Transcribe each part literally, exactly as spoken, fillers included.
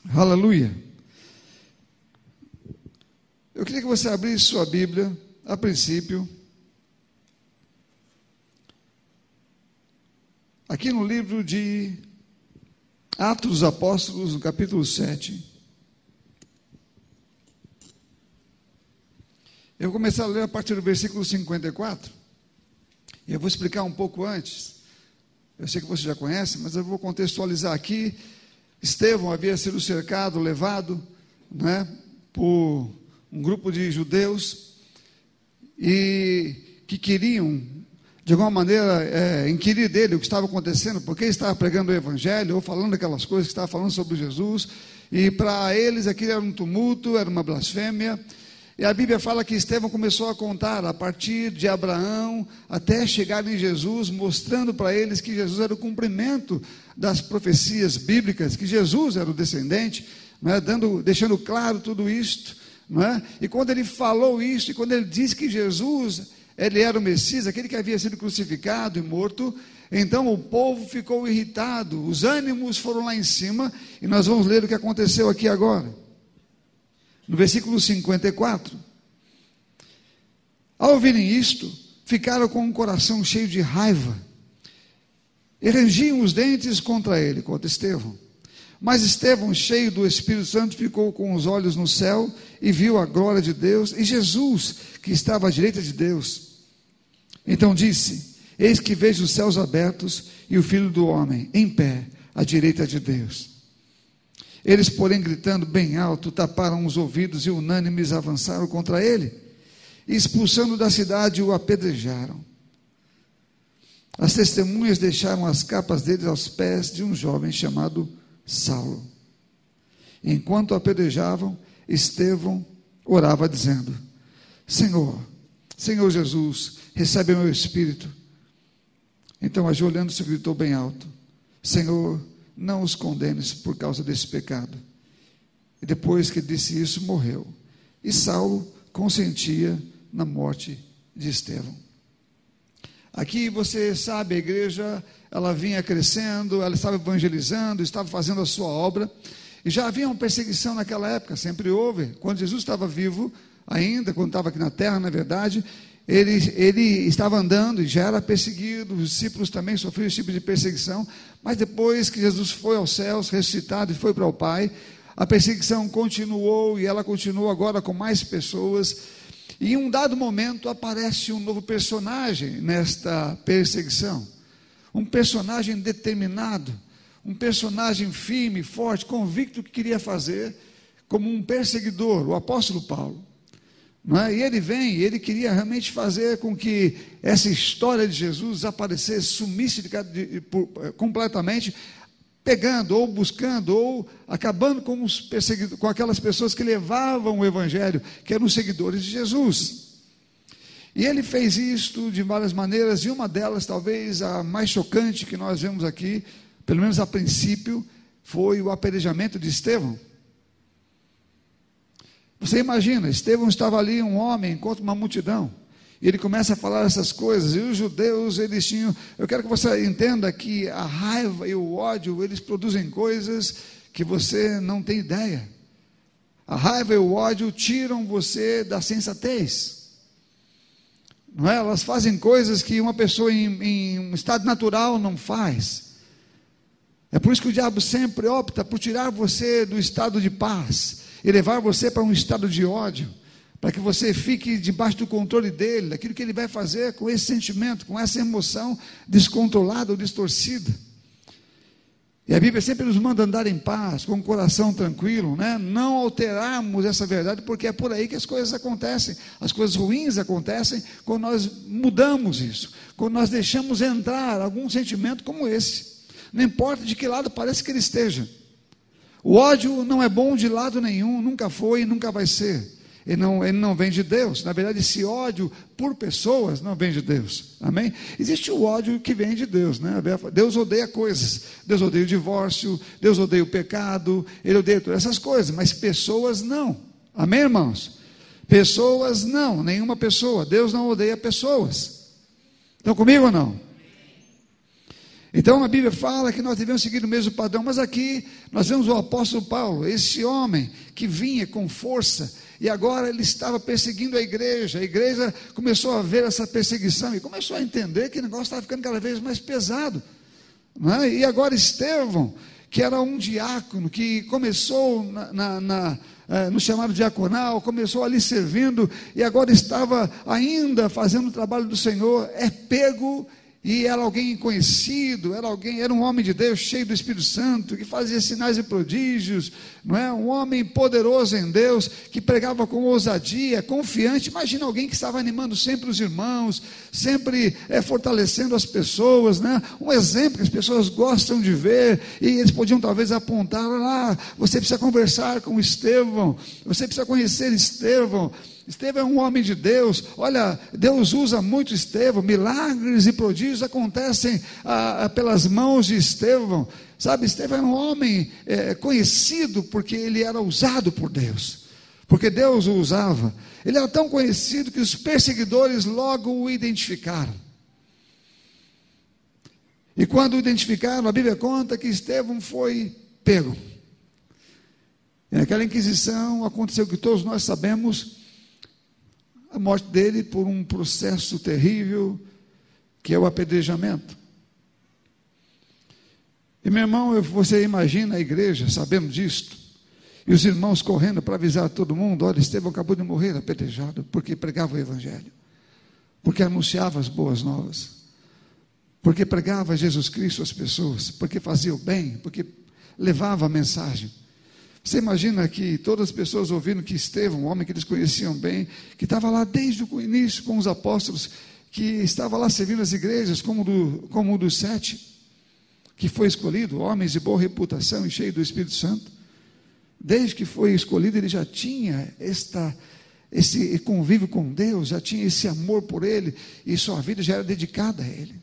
Aleluia. Eu queria que você abrisse sua Bíblia, a princípio, aqui no livro de Atos dos Apóstolos, no capítulo sete. Eu vou começar a ler a partir do versículo cinquenta e quatro, e eu vou explicar um pouco antes. Eu sei que você já conhece, mas eu vou contextualizar aqui. Estevão havia sido cercado, levado, né, por um grupo de judeus, e que queriam, de alguma maneira, é, inquirir dele o que estava acontecendo, porque ele estava pregando o evangelho, ou falando aquelas coisas que estava falando sobre Jesus, e para eles aquilo era um tumulto, era uma blasfêmia. E a Bíblia fala que Estevão começou a contar a partir de Abraão até chegar em Jesus, mostrando para eles que Jesus era o cumprimento das profecias bíblicas, que Jesus era o descendente, não é? Dando, deixando claro tudo isto, não é? E quando ele falou isso, e quando ele disse que Jesus, ele era o Messias, aquele que havia sido crucificado e morto, então o povo ficou irritado, os ânimos foram lá em cima, e nós vamos ler o que aconteceu aqui agora. No versículo cinquenta e quatro, ao ouvirem isto, ficaram com o coração cheio de raiva, e rangiam os dentes contra ele, contra Estevão. Mas Estevão, cheio do Espírito Santo, ficou com os olhos no céu, e viu a glória de Deus, e Jesus, que estava à direita de Deus. Então disse: eis que vejo os céus abertos, e o Filho do homem em pé, à direita de Deus. Eles, porém, gritando bem alto, taparam os ouvidos e unânimes avançaram contra ele, e expulsando da cidade o apedrejaram. As testemunhas deixaram as capas deles aos pés de um jovem chamado Saulo. Enquanto o apedrejavam, Estevão orava dizendo: Senhor, Senhor Jesus, recebe o meu espírito. Então, ajoelhando-se, gritou bem alto: Senhor, não os condenes por causa desse pecado. E depois que disse isso, morreu. E Saulo consentia na morte de Estevão. Aqui você sabe, a igreja, ela vinha crescendo, ela estava evangelizando, estava fazendo a sua obra, e já havia uma perseguição naquela época, sempre houve. Quando Jesus estava vivo ainda, quando estava aqui na terra, na verdade, Ele, ele estava andando e já era perseguido, os discípulos também sofriam esse tipo de perseguição, mas depois que Jesus foi aos céus, ressuscitado e foi para o Pai, a perseguição continuou, e ela continuou agora com mais pessoas, e em um dado momento aparece um novo personagem nesta perseguição, um personagem determinado, um personagem firme, forte, convicto que queria fazer como um perseguidor, o apóstolo Paulo. Não é? E ele vem, e ele queria realmente fazer com que essa história de Jesus desaparecesse, sumisse de, de, de, completamente, pegando, ou buscando, ou acabando com, os perseguidores, com aquelas pessoas que levavam o evangelho, que eram os seguidores de Jesus. E ele fez isto de várias maneiras, e uma delas, talvez a mais chocante que nós vemos aqui, pelo menos a princípio, foi o apedrejamento de Estevão. Você imagina, Estevão estava ali, um homem, contra uma multidão, e ele começa a falar essas coisas, e os judeus, eles tinham, eu quero que você entenda que a raiva e o ódio, eles produzem coisas que você não tem ideia. A raiva e o ódio tiram você da sensatez, não é? Elas fazem coisas que uma pessoa em, em um estado natural não faz. É por isso que o diabo sempre opta por tirar você do estado de paz, e levar você para um estado de ódio, para que você fique debaixo do controle dele, daquilo que ele vai fazer com esse sentimento, com essa emoção descontrolada ou distorcida. E a Bíblia sempre nos manda andar em paz, com o coração tranquilo, né? Não alterarmos essa verdade, porque é por aí que as coisas acontecem, as coisas ruins acontecem quando nós mudamos isso, quando nós deixamos entrar algum sentimento como esse, não importa de que lado parece que ele esteja. O ódio não é bom de lado nenhum, nunca foi e nunca vai ser. Ele não, ele não vem de Deus. Na verdade, esse ódio por pessoas não vem de Deus. Amém? Existe o ódio que vem de Deus, né? Deus odeia coisas. Deus odeia o divórcio, Deus odeia o pecado, Ele odeia todas essas coisas, mas pessoas não. Amém, irmãos? Pessoas não, nenhuma pessoa. Deus não odeia pessoas. Estão comigo ou não? Então a Bíblia fala que nós devemos seguir o mesmo padrão, mas aqui nós vemos o apóstolo Paulo, esse homem que vinha com força, e agora ele estava perseguindo a igreja. A igreja começou a ver essa perseguição e começou a entender que o negócio estava ficando cada vez mais pesado, não é? E agora Estevão, que era um diácono, que começou na, na, na, eh, no chamado diaconal, começou ali servindo, e agora estava ainda fazendo o trabalho do Senhor, é pego. E era alguém conhecido, era alguém, era um homem de Deus, cheio do Espírito Santo, que fazia sinais e prodígios, não é? Um homem poderoso em Deus, que pregava com ousadia, confiante. Imagina alguém que estava animando sempre os irmãos, sempre é, fortalecendo as pessoas, né? Um exemplo que as pessoas gostam de ver, e eles podiam talvez apontar lá, você precisa conversar com Estevão, você precisa conhecer Estevão. Estevão é um homem de Deus. Olha, Deus usa muito Estevão, milagres e prodígios acontecem ah, ah, pelas mãos de Estevão, sabe? Estevão é um homem é, conhecido porque ele era usado por Deus, porque Deus o usava. Ele era tão conhecido que os perseguidores logo o identificaram, e quando o identificaram, a Bíblia conta que Estevão foi pego. E naquela inquisição aconteceu o que todos nós sabemos, a morte dele por um processo terrível, que é o apedrejamento. E meu irmão, você imagina a igreja sabendo disto, e os irmãos correndo para avisar todo mundo: olha, Estevão acabou de morrer apedrejado, porque pregava o Evangelho, porque anunciava as boas novas, porque pregava Jesus Cristo às pessoas, porque fazia o bem, porque levava a mensagem. Você imagina que todas as pessoas ouvindo que Estevão, um homem que eles conheciam bem, que estava lá desde o início com os apóstolos, que estava lá servindo as igrejas como, do, como um dos sete, que foi escolhido, homens de boa reputação e cheio do Espírito Santo. Desde que foi escolhido, ele já tinha esta, esse convívio com Deus, já tinha esse amor por Ele, e sua vida já era dedicada a Ele.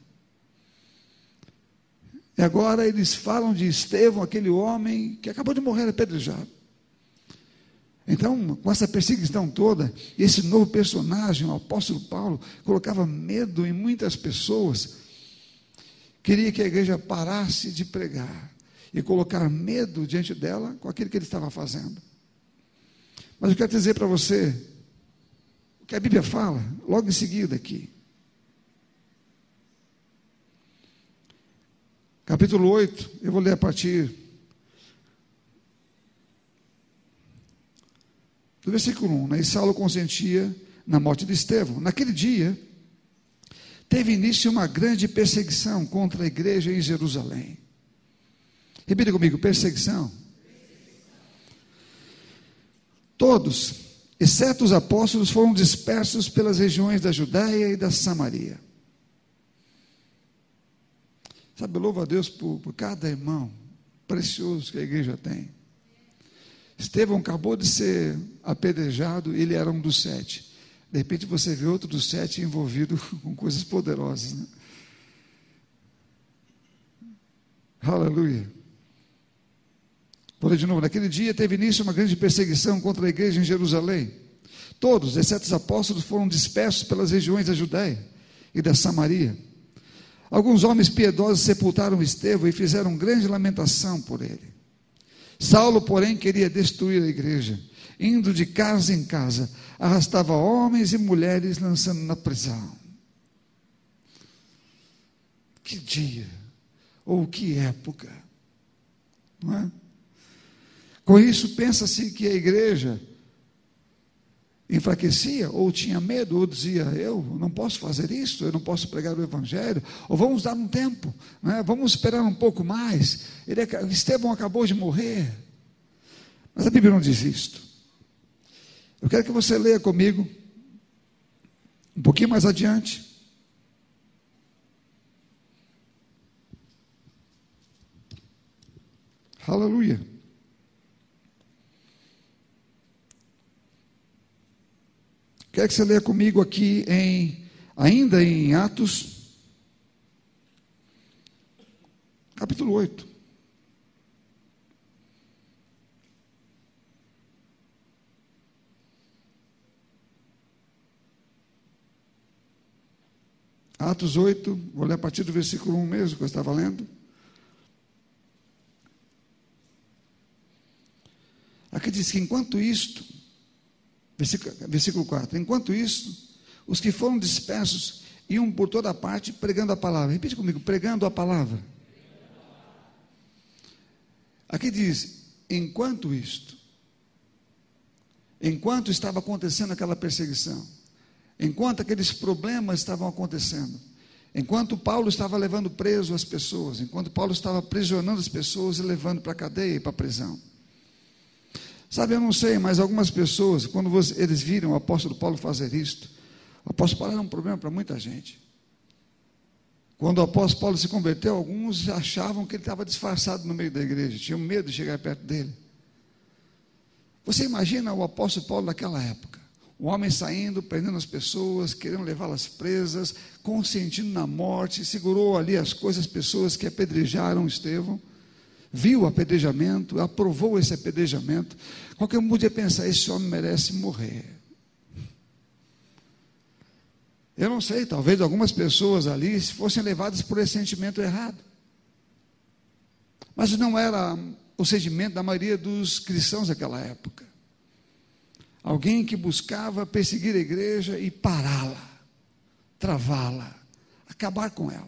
E agora eles falam de Estevão, aquele homem que acabou de morrer apedrejado. Então, com essa perseguição toda, esse novo personagem, o apóstolo Paulo, colocava medo em muitas pessoas. Queria que a igreja parasse de pregar e colocar medo diante dela com aquilo que ele estava fazendo. Mas eu quero dizer para você o que a Bíblia fala, logo em seguida aqui. Capítulo oito, eu vou ler a partir do versículo um, né? E Saulo consentia na morte de Estevão. Naquele dia, teve início uma grande perseguição contra a igreja em Jerusalém. Repita comigo: perseguição. Todos, exceto os apóstolos, foram dispersos pelas regiões da Judéia e da Samaria. Sabe, eu louvo a Deus por, por cada irmão precioso que a igreja tem. Estevão acabou de ser apedrejado, ele era um dos sete. De repente você vê outro dos sete envolvido com coisas poderosas, né? Aleluia. Vou ler de novo. Naquele dia teve início uma grande perseguição contra a igreja em Jerusalém. Todos, exceto os apóstolos, foram dispersos pelas regiões da Judéia e da Samaria. Alguns homens piedosos sepultaram Estevão e fizeram grande lamentação por ele. Saulo, porém, queria destruir a igreja. Indo de casa em casa, arrastava homens e mulheres, lançando na prisão. Que dia, ou que época, não é? Com isso, pensa-se que a igreja enfraquecia, ou tinha medo, ou dizia: eu não posso fazer isso, eu não posso pregar o Evangelho, ou vamos dar um tempo, né? Vamos esperar um pouco mais. Ele, Estevão acabou de morrer. Mas a Bíblia não diz isto. Eu quero que você leia comigo um pouquinho mais adiante. Aleluia. Quero que você leia comigo aqui em, ainda em Atos, capítulo oito. Atos oito, vou ler a partir do versículo um mesmo que eu estava lendo. Aqui diz que enquanto isto, versículo, versículo quatro, enquanto isto, os que foram dispersos iam por toda parte pregando a palavra. Repite comigo, pregando a palavra. Aqui diz, enquanto isto, enquanto estava acontecendo aquela perseguição, enquanto aqueles problemas estavam acontecendo, enquanto Paulo estava levando preso as pessoas, enquanto Paulo estava aprisionando as pessoas e levando para a cadeia e para a prisão. Sabe, eu não sei, mas algumas pessoas, quando você, eles viram o apóstolo Paulo fazer isto, o apóstolo Paulo era um problema para muita gente. Quando o apóstolo Paulo se converteu, alguns achavam que ele estava disfarçado no meio da igreja, tinham medo de chegar perto dele. Você imagina o apóstolo Paulo naquela época, um homem saindo, prendendo as pessoas, querendo levá-las presas, consentindo na morte, segurou ali as coisas, as pessoas que apedrejaram Estevão, viu o apedrejamento, aprovou esse apedrejamento. Qualquer um podia pensar, esse homem merece morrer. Eu não sei, talvez algumas pessoas ali fossem levadas por esse sentimento errado. Mas não era o sentimento da maioria dos cristãos daquela época. Alguém que buscava perseguir a igreja e pará-la, travá-la, acabar com ela.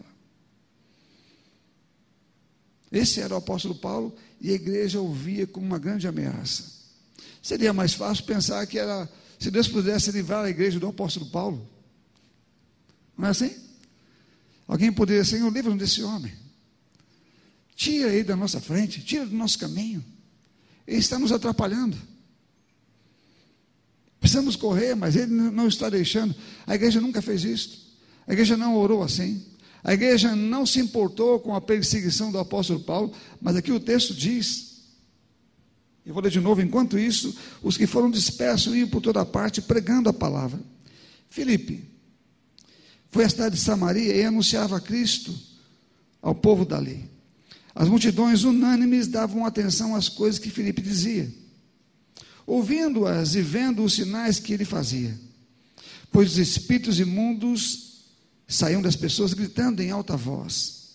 Esse era o apóstolo Paulo e a igreja o via como uma grande ameaça. Seria mais fácil pensar que era, se Deus pudesse livrar a igreja do apóstolo Paulo. Não é assim? Alguém poderia dizer, Senhor, livra-nos desse homem. Tira ele da nossa frente, tira do nosso caminho. Ele está nos atrapalhando. Precisamos correr, mas ele não está deixando. A igreja nunca fez isso. A igreja não orou assim. A igreja não se importou com a perseguição do apóstolo Paulo, mas aqui o texto diz, eu vou ler de novo, enquanto isso, os que foram dispersos iam por toda parte pregando a palavra. Filipe foi à cidade de Samaria e anunciava Cristo ao povo dali. As multidões unânimes davam atenção às coisas que Filipe dizia, ouvindo-as e vendo os sinais que ele fazia, pois os espíritos imundos saíam das pessoas gritando em alta voz.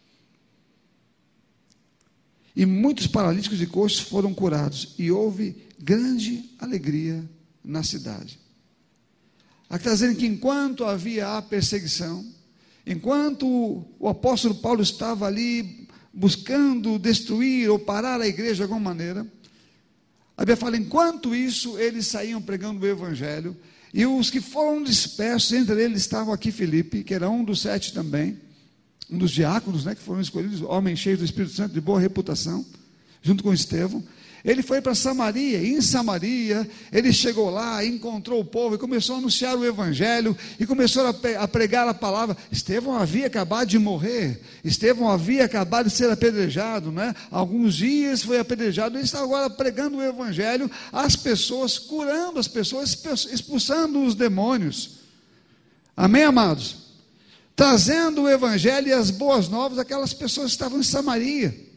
E muitos paralíticos e coxos foram curados, e houve grande alegria na cidade. Aqui está dizendo que enquanto havia a perseguição, enquanto o apóstolo Paulo estava ali buscando destruir ou parar a igreja de alguma maneira, a Bíblia fala, enquanto isso, eles saíam pregando o evangelho, e os que foram dispersos, entre eles estavam aqui Filipe, que era um dos sete também, um dos diáconos, né, que foram escolhidos, homem cheio do Espírito Santo, de boa reputação, junto com Estevão. Ele foi para Samaria, e em Samaria, ele chegou lá, encontrou o povo, e começou a anunciar o evangelho, e começou a pregar a palavra. Estevão havia acabado de morrer, Estevão havia acabado de ser apedrejado, né? Alguns dias foi apedrejado, ele está agora pregando o evangelho às pessoas, curando as pessoas, expulsando os demônios. Amém, amados? Trazendo o evangelho e as boas novas àquelas pessoas que estavam em Samaria.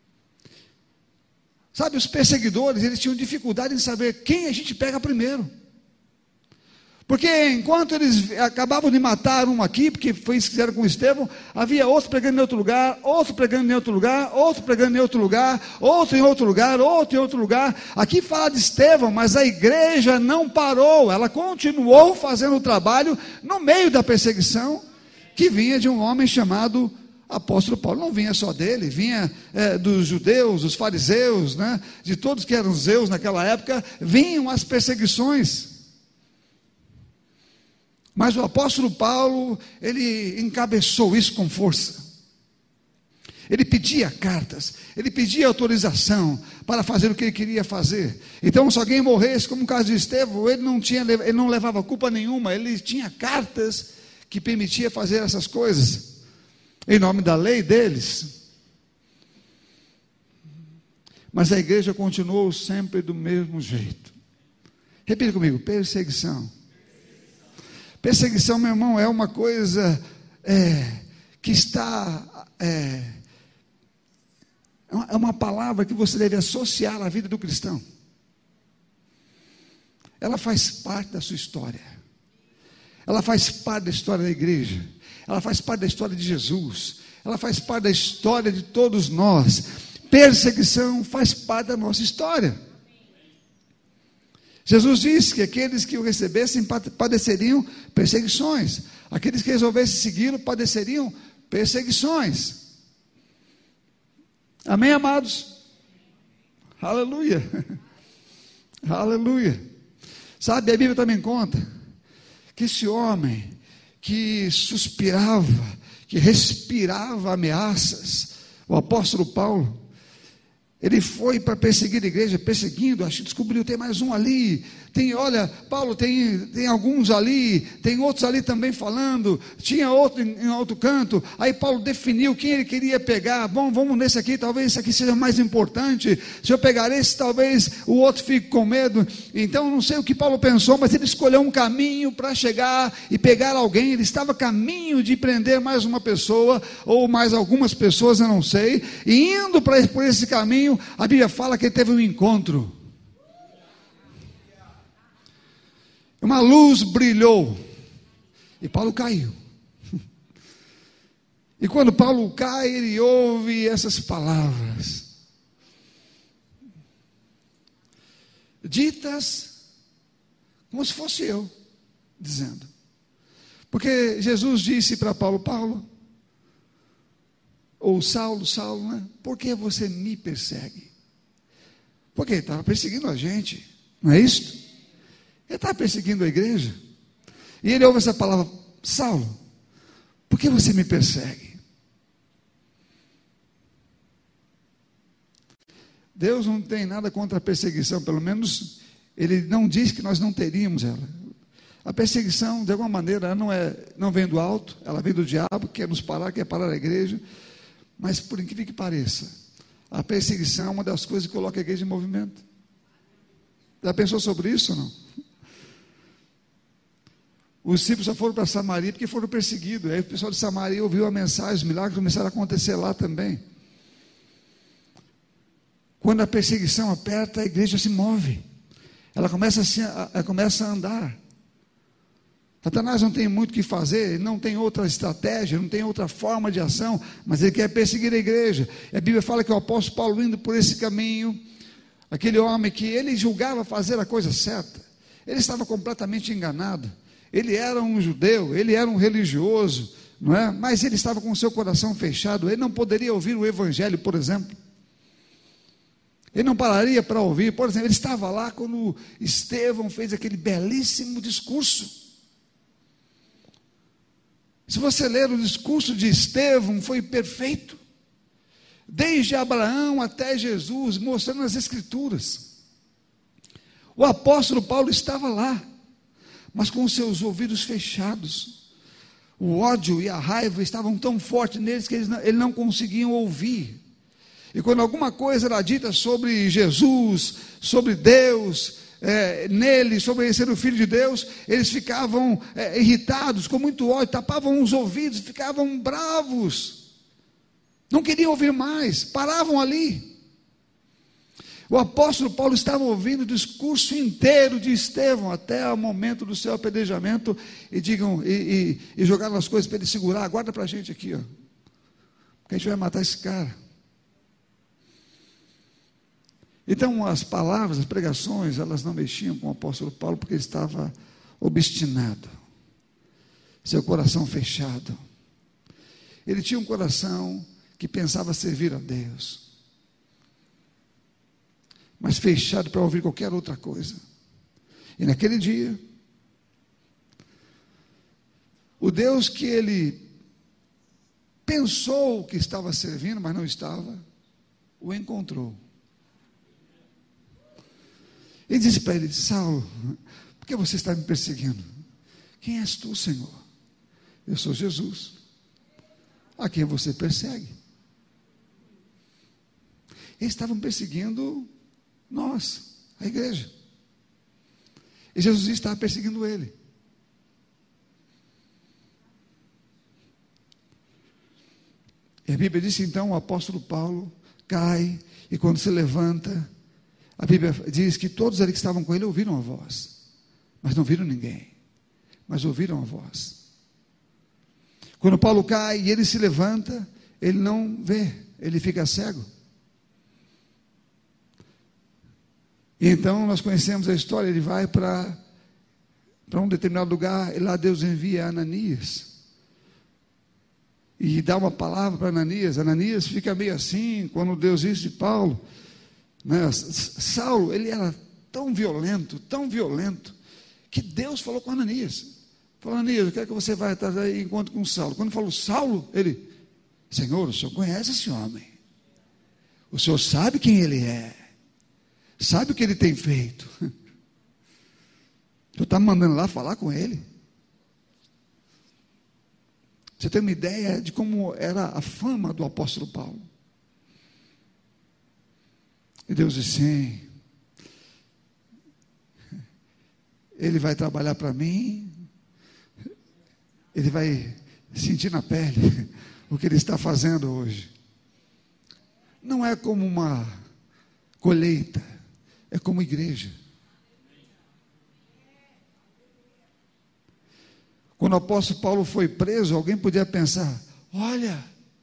Sabe, os perseguidores, eles tinham dificuldade em saber quem a gente pega primeiro. Porque enquanto eles acabavam de matar um aqui, porque foi isso que fizeram com Estevão, havia outro pregando em outro lugar, outro pregando em outro lugar, outro pregando em outro lugar, outro em outro lugar, outro em outro lugar. Aqui fala de Estevão, mas a igreja não parou, ela continuou fazendo o trabalho no meio da perseguição, que vinha de um homem chamado apóstolo Paulo. Não vinha só dele, vinha é, dos judeus, dos fariseus, né, de todos que eram zeus naquela época, vinham as perseguições. Mas o apóstolo Paulo, ele encabeçou isso com força. Ele pedia cartas, ele pedia autorização para fazer o que ele queria fazer. Então, se alguém morresse, como o caso de Estevão, ele não, tinha, ele não levava culpa nenhuma, ele tinha cartas que permitia fazer essas coisas, em nome da lei deles. Mas a igreja continuou sempre do mesmo jeito. Repita comigo, perseguição. Perseguição, meu irmão, é uma coisa é, que está, é, é uma palavra que você deve associar à vida do cristão. Ela faz parte da sua história. Ela faz parte da história da igreja. ela faz parte da história de Jesus, ela faz parte da história de todos nós. Perseguição faz parte da nossa história. Jesus disse que aqueles que o recebessem padeceriam perseguições, aqueles que resolvessem segui-lo padeceriam perseguições. Amém, amados? Aleluia, aleluia. Sabe, a Bíblia também conta que esse homem que suspirava, que respirava ameaças, o apóstolo Paulo, ele foi para perseguir a igreja, perseguindo, acho que descobriu, tem mais um ali, tem, olha, Paulo, tem, tem alguns ali, tem outros ali também falando, tinha outro em, em outro canto. Aí Paulo definiu quem ele queria pegar. Bom, vamos nesse aqui, talvez esse aqui seja mais importante, se eu pegar esse, talvez o outro fique com medo. Então, não sei o que Paulo pensou, mas ele escolheu um caminho para chegar e pegar alguém. Ele estava a caminho de prender mais uma pessoa, ou mais algumas pessoas, eu não sei, e indo pra, por esse caminho, a Bíblia fala que ele teve um encontro. Uma luz brilhou e Paulo caiu. E quando Paulo cai, ele ouve essas palavras, ditas como se fosse eu dizendo. Porque Jesus disse para Paulo: Paulo, ou Saulo, Saulo, né? Por que você me persegue? Porque ele estava perseguindo a gente, não é isso? Ele estava perseguindo a igreja. E ele ouve essa palavra: Saulo, por que você me persegue? Deus não tem nada contra a perseguição, pelo menos Ele não diz que nós não teríamos ela. A perseguição, de alguma maneira, ela não, é, não vem do alto, ela vem do diabo, que quer nos parar, quer parar a igreja. Mas, por incrível que pareça, a perseguição é uma das coisas que coloca a igreja em movimento. Já pensou sobre isso ou não? Os discípulos só foram para Samaria porque foram perseguidos. Aí o pessoal de Samaria ouviu a mensagem, os milagres começaram a acontecer lá também. Quando a perseguição aperta, a igreja se move. Ela começa, assim, a, a, começa a andar. Satanás não tem muito o que fazer, não tem outra estratégia, não tem outra forma de ação, mas ele quer perseguir a igreja. E a Bíblia fala que o apóstolo Paulo, indo por esse caminho, aquele homem que ele julgava fazer a coisa certa, ele estava completamente enganado. Ele era um judeu, ele era um religioso, não é? Mas ele estava com o seu coração fechado. Ele não poderia ouvir o evangelho, por exemplo. Ele não pararia para ouvir. Por exemplo, ele estava lá quando Estevão fez aquele belíssimo discurso. Se você ler o discurso de Estevão, foi perfeito, desde Abraão até Jesus, mostrando as escrituras. O apóstolo Paulo estava lá, mas com os seus ouvidos fechados. O ódio e a raiva estavam tão fortes neles que eles não, eles não conseguiam ouvir. E quando alguma coisa era dita sobre Jesus, sobre Deus, é, nele, sobre ele ser o Filho de Deus, eles ficavam é, irritados, com muito ódio, tapavam os ouvidos, ficavam bravos, não queriam ouvir mais, paravam ali. O apóstolo Paulo estava ouvindo o discurso inteiro de Estevão, até o momento do seu apedrejamento, e digam, e, e, e jogaram as coisas para ele segurar. Guarda para a gente aqui, ó, porque a gente vai matar esse cara. Então as palavras, as pregações, elas não mexiam com o apóstolo Paulo, porque ele estava obstinado, seu coração fechado. Ele tinha um coração que pensava servir a Deus, mas fechado para ouvir qualquer outra coisa. E naquele dia, o Deus que ele pensou que estava servindo, mas não estava, o encontrou. Ele disse para ele: Saulo, por que você está me perseguindo? Quem és tu, Senhor? Eu sou Jesus, a quem você persegue. Eles estavam perseguindo nós, a igreja. E Jesus estava perseguindo ele. E a Bíblia diz então, o apóstolo Paulo cai, e quando se levanta, a Bíblia diz que todos ali que estavam com ele ouviram a voz, mas não viram ninguém, mas ouviram a voz. Quando Paulo cai e ele se levanta, ele não vê, ele fica cego. E então nós conhecemos a história, ele vai para para um determinado lugar, e lá Deus envia Ananias, e dá uma palavra para Ananias. Ananias fica meio assim, quando Deus disse de Paulo, né? Saulo, ele era tão violento, tão violento, que Deus falou com Ananias, falou: Ananias, eu quero que você vá trazer encontro com Saulo. Quando falou Saulo, ele: Senhor, o Senhor conhece esse homem, o Senhor sabe quem ele é, sabe o que ele tem feito, tu está me mandando lá falar com ele? Você tem uma ideia de como era a fama do apóstolo Paulo? E Deus disse: sim, ele vai trabalhar para mim, ele vai sentir na pele o que ele está fazendo hoje. Não é como uma colheita, é como igreja. Quando o apóstolo Paulo foi preso, alguém podia pensar: olha,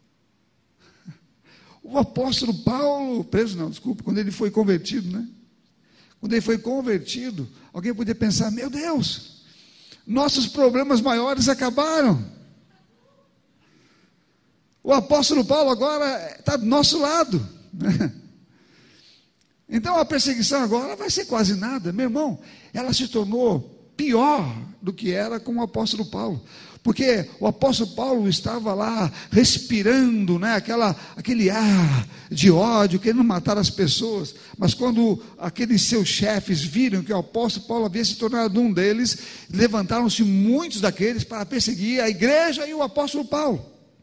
o apóstolo Paulo, preso não, desculpa, quando ele foi convertido, né? Quando ele foi convertido, alguém podia pensar: meu Deus, nossos problemas maiores acabaram. O apóstolo Paulo agora está do nosso lado. Então a perseguição agora vai ser quase nada. Meu irmão, ela se tornou pior do que era com o apóstolo Paulo, porque o apóstolo Paulo estava lá respirando, né, aquela, aquele ar de ódio, querendo matar as pessoas. Mas quando aqueles seus chefes viram que o apóstolo Paulo havia se tornado um deles, levantaram-se muitos daqueles para perseguir a igreja e o apóstolo Paulo.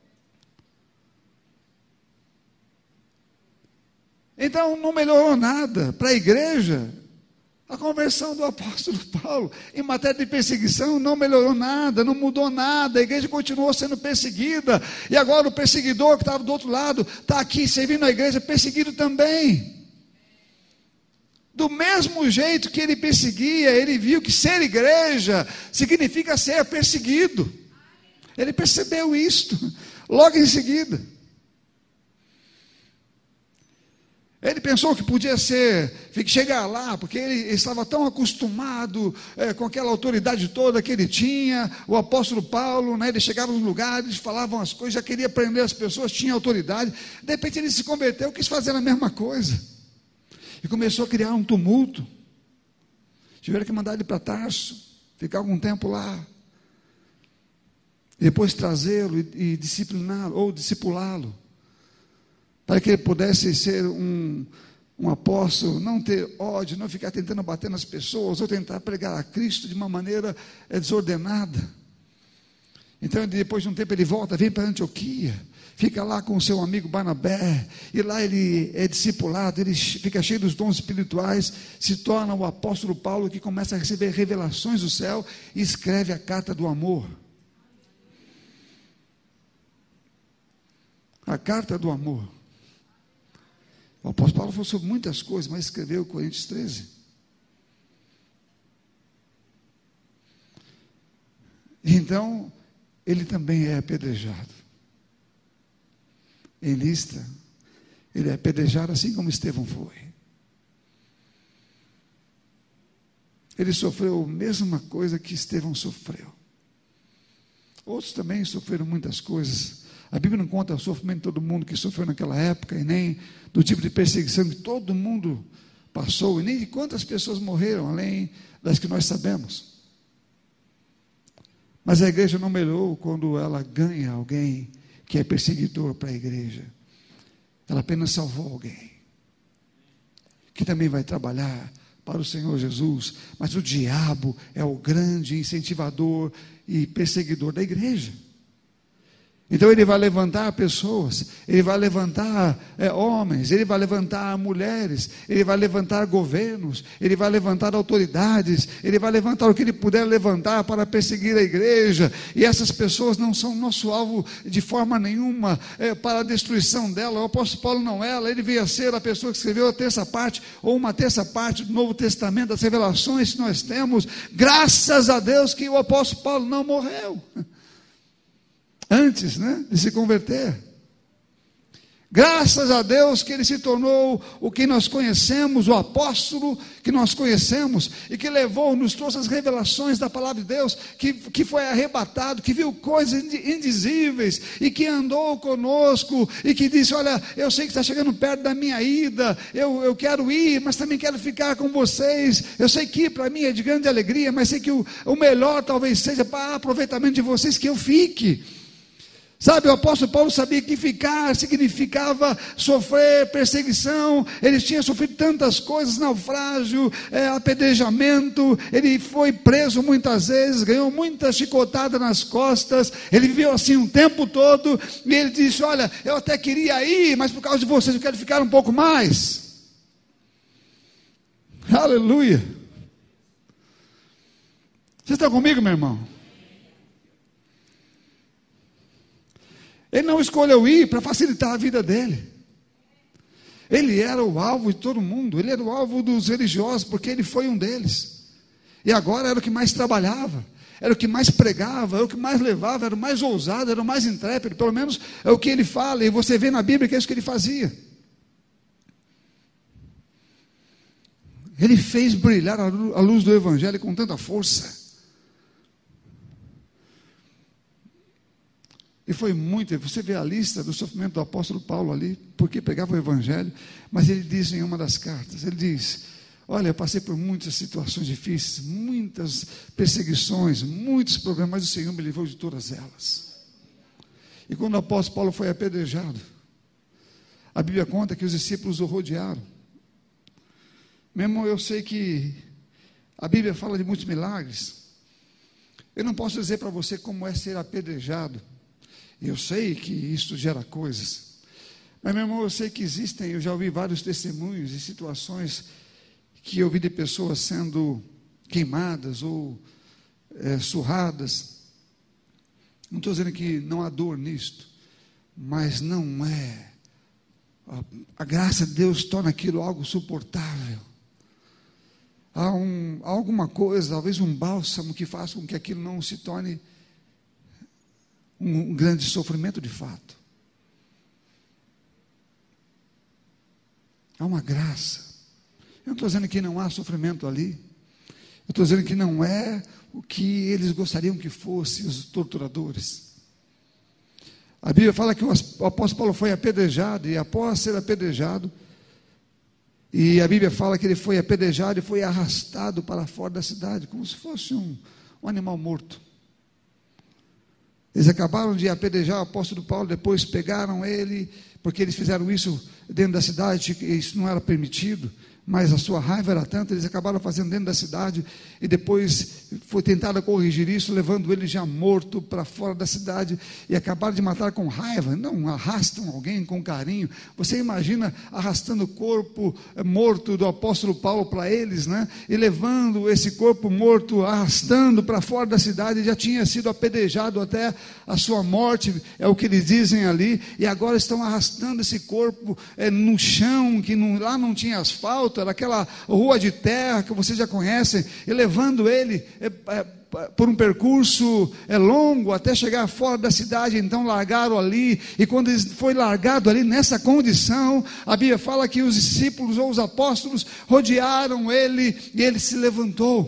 Então não melhorou nada para a igreja a conversão do apóstolo Paulo. Em matéria de perseguição não melhorou nada, não mudou nada, a igreja continuou sendo perseguida, e agora o perseguidor que estava do outro lado, está aqui servindo a igreja, perseguido também. Do mesmo jeito que ele perseguia, ele viu que ser igreja significa ser perseguido. Ele percebeu isto logo em seguida. Ele pensou que podia ser, chegar lá, porque ele estava tão acostumado é, com aquela autoridade toda que ele tinha. O apóstolo Paulo, né, ele chegava nos lugares, falavam as coisas, já queria prender as pessoas, tinha autoridade. De repente ele se converteu, quis fazer a mesma coisa, e começou a criar um tumulto. Tiveram que mandar ele para Tarso, ficar algum tempo lá, e depois trazê-lo e, e discipliná-lo, ou discipulá-lo, para que ele pudesse ser um, um apóstolo, não ter ódio, não ficar tentando bater nas pessoas, ou tentar pregar a Cristo de uma maneira é, desordenada. Então, depois de um tempo, ele volta, vem para Antioquia, fica lá com o seu amigo Barnabé, e lá ele é discipulado, ele fica cheio dos dons espirituais, se torna o apóstolo Paulo, que começa a receber revelações do céu, e escreve a carta do amor. A carta do amor. O apóstolo Paulo falou sobre muitas coisas, mas escreveu Coríntios treze. Então, ele também é apedrejado. Em Listra, ele é apedrejado assim como Estevão foi. Ele sofreu a mesma coisa que Estevão sofreu. Outros também sofreram muitas coisas. A Bíblia não conta o sofrimento de todo mundo que sofreu naquela época, e nem do tipo de perseguição que todo mundo passou, e nem de quantas pessoas morreram, além das que nós sabemos. Mas a igreja não melhorou quando ela ganha alguém que é perseguidor para a igreja. Ela apenas salvou alguém, que também vai trabalhar para o Senhor Jesus, mas o diabo é o grande incentivador e perseguidor da igreja. Então ele vai levantar pessoas, ele vai levantar é, homens, ele vai levantar mulheres, ele vai levantar governos, ele vai levantar autoridades, ele vai levantar o que ele puder levantar para perseguir a igreja, e essas pessoas não são nosso alvo de forma nenhuma é, para a destruição dela. O apóstolo Paulo não é ela, ele veio a ser a pessoa que escreveu a terça parte, ou uma terça parte do Novo Testamento, das revelações que nós temos. Graças a Deus que o apóstolo Paulo não morreu. antes, né, de se converter. Graças a Deus que ele se tornou o que nós conhecemos, o apóstolo que nós conhecemos, e que levou, nos trouxe as revelações da palavra de Deus, que, que foi arrebatado, que viu coisas indizíveis, e que andou conosco, e que disse: olha, eu sei que está chegando perto da minha ida, eu, eu quero ir, mas também quero ficar com vocês, eu sei que para mim é de grande alegria, mas sei que o, o melhor talvez seja para aproveitamento de vocês que eu fique. Sabe, o apóstolo Paulo sabia que ficar significava sofrer perseguição. Ele tinha sofrido tantas coisas, naufrágio, é, apedrejamento. Ele foi preso muitas vezes, ganhou muita chicotada nas costas. Ele viveu assim um tempo todo, e ele disse: olha, eu até queria ir, mas por causa de vocês eu quero ficar um pouco mais. Aleluia. Vocês estão comigo, meu irmão? Ele não escolheu ir para facilitar a vida dele. Ele era o alvo de todo mundo. Ele era o alvo dos religiosos, porque ele foi um deles. E agora era o que mais trabalhava, era o que mais pregava, era o que mais levava, era o mais ousado, era o mais intrépido. Pelo menos é o que ele fala, e você vê na Bíblia que é isso que ele fazia. Ele fez brilhar a luz do Evangelho com tanta força. E foi muito, você vê a lista do sofrimento do apóstolo Paulo ali, porque pegava o Evangelho, mas ele diz em uma das cartas, ele diz: olha, eu passei por muitas situações difíceis, muitas perseguições, muitos problemas, mas o Senhor me livrou de todas elas. E quando o apóstolo Paulo foi apedrejado, a Bíblia conta que os discípulos o rodearam. Meu irmão, eu sei que a Bíblia fala de muitos milagres. Eu não posso dizer para você como é ser apedrejado. Eu sei que isso gera coisas, mas, meu irmão, eu sei que existem, eu já ouvi vários testemunhos e situações que eu vi de pessoas sendo queimadas ou é, surradas. Não estou dizendo que não há dor nisto, mas não é. A, a graça de Deus torna aquilo algo suportável. Há, um, há alguma coisa, talvez um bálsamo que faça com que aquilo não se torne um grande sofrimento de fato. Há uma graça. Eu não estou dizendo que não há sofrimento ali. Eu estou dizendo que não é o que eles gostariam que fosse, os torturadores. A Bíblia fala que o apóstolo Paulo foi apedrejado, e após ser apedrejado, e a Bíblia fala que ele foi apedrejado e foi arrastado para fora da cidade, como se fosse um, um animal morto. Eles acabaram de apedrejar o apóstolo Paulo, depois pegaram ele, porque eles fizeram isso dentro da cidade, isso não era permitido, mas a sua raiva era tanta, eles acabaram fazendo dentro da cidade, e depois foi tentado corrigir isso, levando ele já morto para fora da cidade, e acabaram de matar com raiva. Não arrastam alguém com carinho. Você imagina arrastando o corpo morto do apóstolo Paulo para eles, né? E levando esse corpo morto, arrastando para fora da cidade. Já tinha sido apedrejado até a sua morte, é o que eles dizem ali, e agora estão arrastando esse corpo é, no chão, que não, lá não tinha asfalto, era aquela rua de terra que vocês já conhecem, e levando ele é, é, por um percurso é, longo até chegar fora da cidade. Então largaram ali, e quando ele foi largado ali nessa condição, a Bíblia fala que os discípulos ou os apóstolos rodearam ele, e ele se levantou.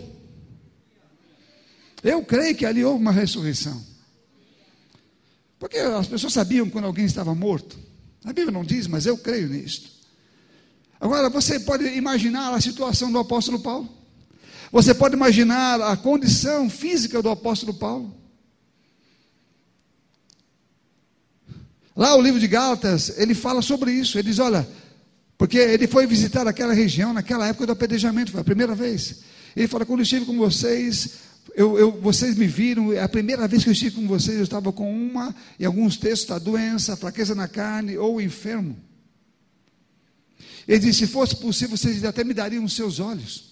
Eu creio que ali houve uma ressurreição, porque as pessoas sabiam quando alguém estava morto. A Bíblia não diz, mas eu creio nisto. Agora, você pode imaginar a situação do apóstolo Paulo? Você pode imaginar a condição física do apóstolo Paulo? Lá o livro de Gálatas, ele fala sobre isso. Ele diz, olha, porque ele foi visitar aquela região naquela época do apedrejamento, foi a primeira vez. Ele fala, quando eu estive com vocês, eu, eu, vocês me viram, é a primeira vez que eu estive com vocês, eu estava com uma, em alguns textos, a doença, fraqueza na carne ou enfermo. Ele disse, se fosse possível, vocês até me dariam os seus olhos.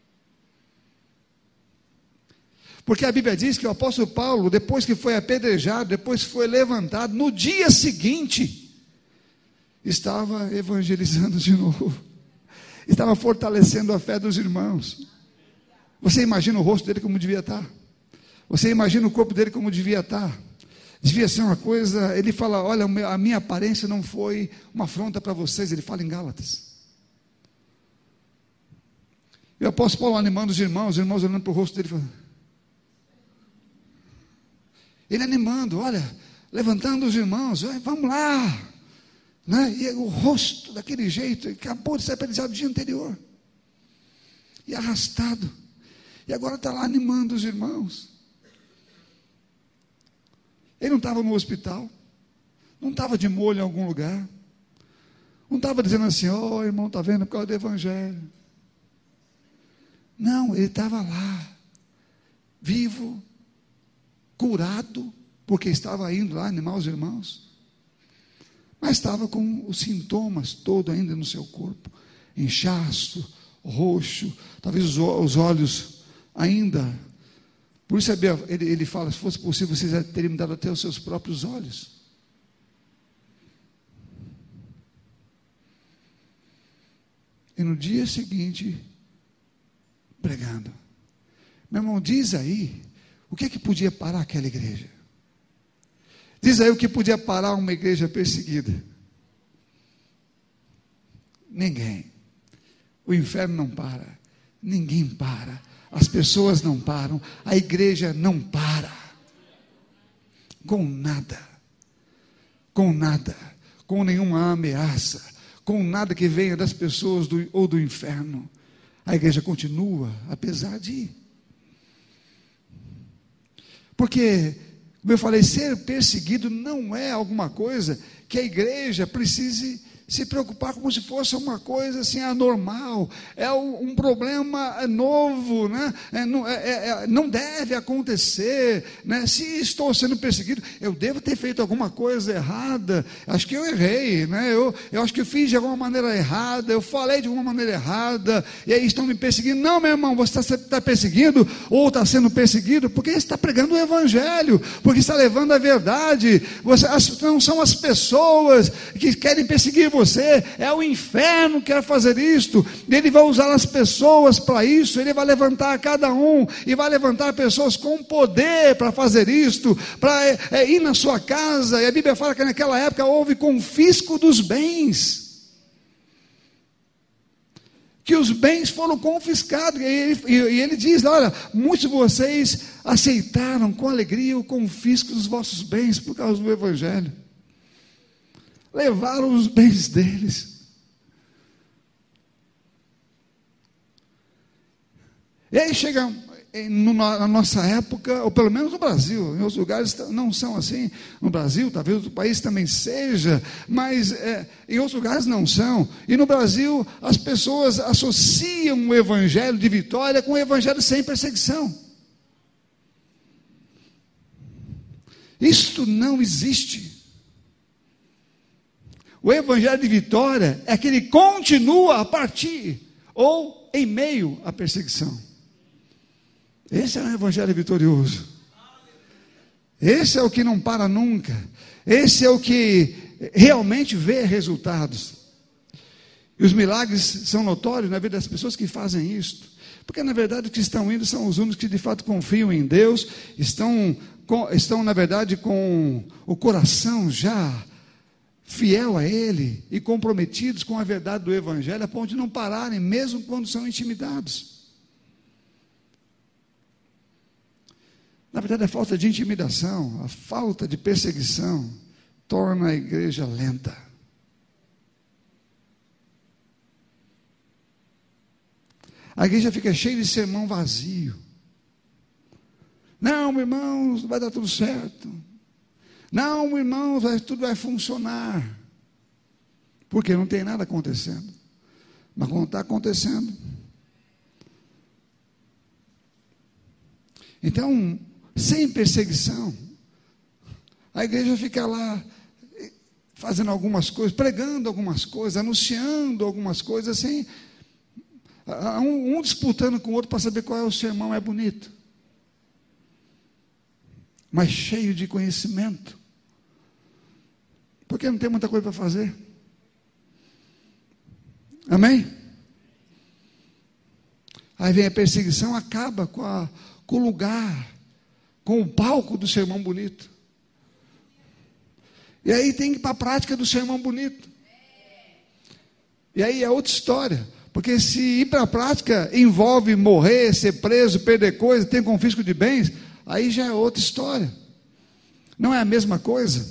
Porque a Bíblia diz que o apóstolo Paulo, depois que foi apedrejado, depois que foi levantado, no dia seguinte, estava evangelizando de novo, estava fortalecendo a fé dos irmãos. Você imagina o rosto dele como devia estar? Você imagina o corpo dele como devia estar? devia ser uma coisa. Ele fala: olha, a minha aparência não foi uma afronta para vocês. Ele fala em Gálatas. E o apóstolo Paulo animando os irmãos, os irmãos olhando para o rosto dele, falando, ele animando, olha, levantando os irmãos, vamos lá, né? E o rosto daquele jeito, acabou de ser apedrejado o dia anterior, e arrastado, e agora está lá animando os irmãos. Ele não estava no hospital, não estava de molho em algum lugar, não estava dizendo assim: ó, oh, irmão, está vendo, por causa do evangelho. Não, ele estava lá, vivo, curado, porque estava indo lá animar os irmãos, mas estava com os sintomas todos ainda no seu corpo, inchaço, roxo, talvez os, os olhos ainda. Por isso ele, ele fala: se fosse possível, vocês teriam me dado até os seus próprios olhos. E no dia seguinte, pregando. Meu irmão, diz aí, o que é que podia parar aquela igreja? Diz aí o que podia parar uma igreja perseguida. Ninguém. O inferno não para, ninguém para, as pessoas não param, a igreja não para, com nada, com nada, com nenhuma ameaça, com nada que venha das pessoas do, ou do inferno. A igreja continua, apesar de. Porque, como eu falei, ser perseguido não é alguma coisa que a igreja precise se preocupar como se fosse uma coisa assim anormal, é um, um problema novo, né? é, não, é, é, não deve acontecer, né? Se estou sendo perseguido, eu devo ter feito alguma coisa errada, acho que eu errei, né? eu, eu acho que eu fiz de alguma maneira errada, eu falei de alguma maneira errada, e aí estão me perseguindo. Não, meu irmão, você está, está perseguindo, ou está sendo perseguido, porque está pregando o evangelho, porque está levando a verdade. Você, as, não são as pessoas que querem perseguir você, é o inferno que quer fazer isto. Ele vai usar as pessoas para isso, ele vai levantar cada um, e vai levantar pessoas com poder para fazer isto, para é, é, ir na sua casa. E a Bíblia fala que naquela época houve confisco dos bens, que os bens foram confiscados, e ele, e ele diz: olha, muitos de vocês aceitaram com alegria o confisco dos vossos bens por causa do evangelho, levaram os bens deles. E aí chega na nossa época, ou pelo menos no Brasil, em outros lugares não são assim, no Brasil, talvez outro país também seja, mas é, em outros lugares não são, e no Brasil as pessoas associam o evangelho de vitória com o evangelho sem perseguição. Isto não existe. O evangelho de vitória é que ele continua a partir ou em meio à perseguição. Esse é o evangelho vitorioso. Esse é o que não para nunca. Esse é o que realmente vê resultados. E os milagres são notórios na vida das pessoas que fazem isto. Porque na verdade os que estão indo são os únicos que de fato confiam em Deus, estão, com, estão na verdade com o coração já fiel a Ele e comprometidos com a verdade do evangelho, a ponto de não pararem, mesmo quando são intimidados. Na verdade, a falta de intimidação, a falta de perseguição, torna a igreja lenta. A igreja fica cheia de sermão vazio. Não, irmãos, vai dar tudo certo. Não, irmãos, vai, tudo vai funcionar. Porque não tem nada acontecendo. Mas quando está acontecendo. Então, sem perseguição, a igreja fica lá fazendo algumas coisas, pregando algumas coisas, anunciando algumas coisas, assim, um, um disputando com o outro para saber qual é o sermão mais bonito, mas cheio de conhecimento, porque não tem muita coisa para fazer. Amém? Aí vem a perseguição, acaba com, a, com o lugar, com o palco do sermão bonito. E aí tem que ir para a prática do sermão bonito. E aí é outra história. Porque se ir para a prática envolve morrer, ser preso, perder coisas, ter confisco de bens, aí já é outra história. Não é a mesma coisa.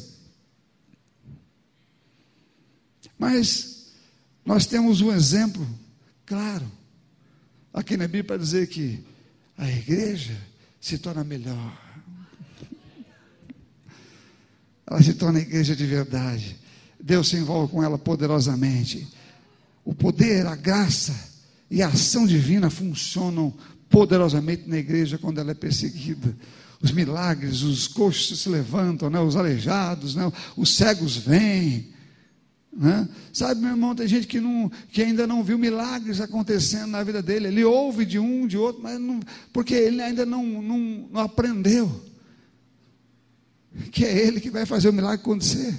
Mas nós temos um exemplo claro aqui na Bíblia para dizer que a igreja se torna melhor. Ela se torna igreja de verdade. Deus se envolve com ela poderosamente. O poder, a graça e a ação divina funcionam poderosamente na igreja quando ela é perseguida. Os milagres, os coxos se levantam, né? Os aleijados, né? Os cegos vêm. Né? Sabe, meu irmão, tem gente que, não, que ainda não viu milagres acontecendo na vida dele. Ele ouve de um, de outro, mas não, porque ele ainda não, não, não aprendeu que é ele que vai fazer o milagre acontecer.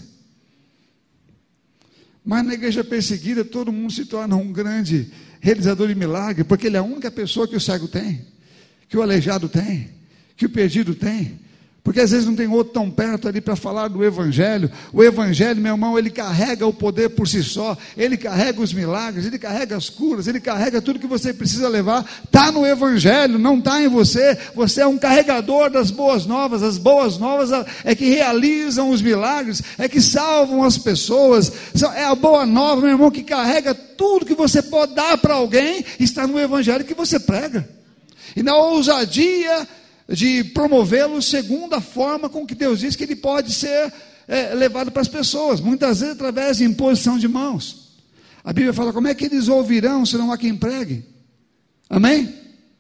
Mas na igreja perseguida, todo mundo se torna um grande realizador de milagre, porque ele é a única pessoa que o cego tem, que o aleijado tem, que o perdido tem. Porque às vezes não tem outro tão perto ali para falar do Evangelho. O Evangelho, meu irmão, ele carrega o poder por si só, ele carrega os milagres, ele carrega as curas, ele carrega tudo que você precisa levar, está no Evangelho, não está em você. Você é um carregador das boas novas. As boas novas é que realizam os milagres, é que salvam as pessoas. É a boa nova, meu irmão, que carrega tudo que você pode dar para alguém, está no Evangelho que você prega. E na ousadia de promovê-lo segundo a forma com que Deus diz que ele pode ser é, levado para as pessoas, muitas vezes através de imposição de mãos. A Bíblia fala, como é que eles ouvirão se não há quem pregue? Amém?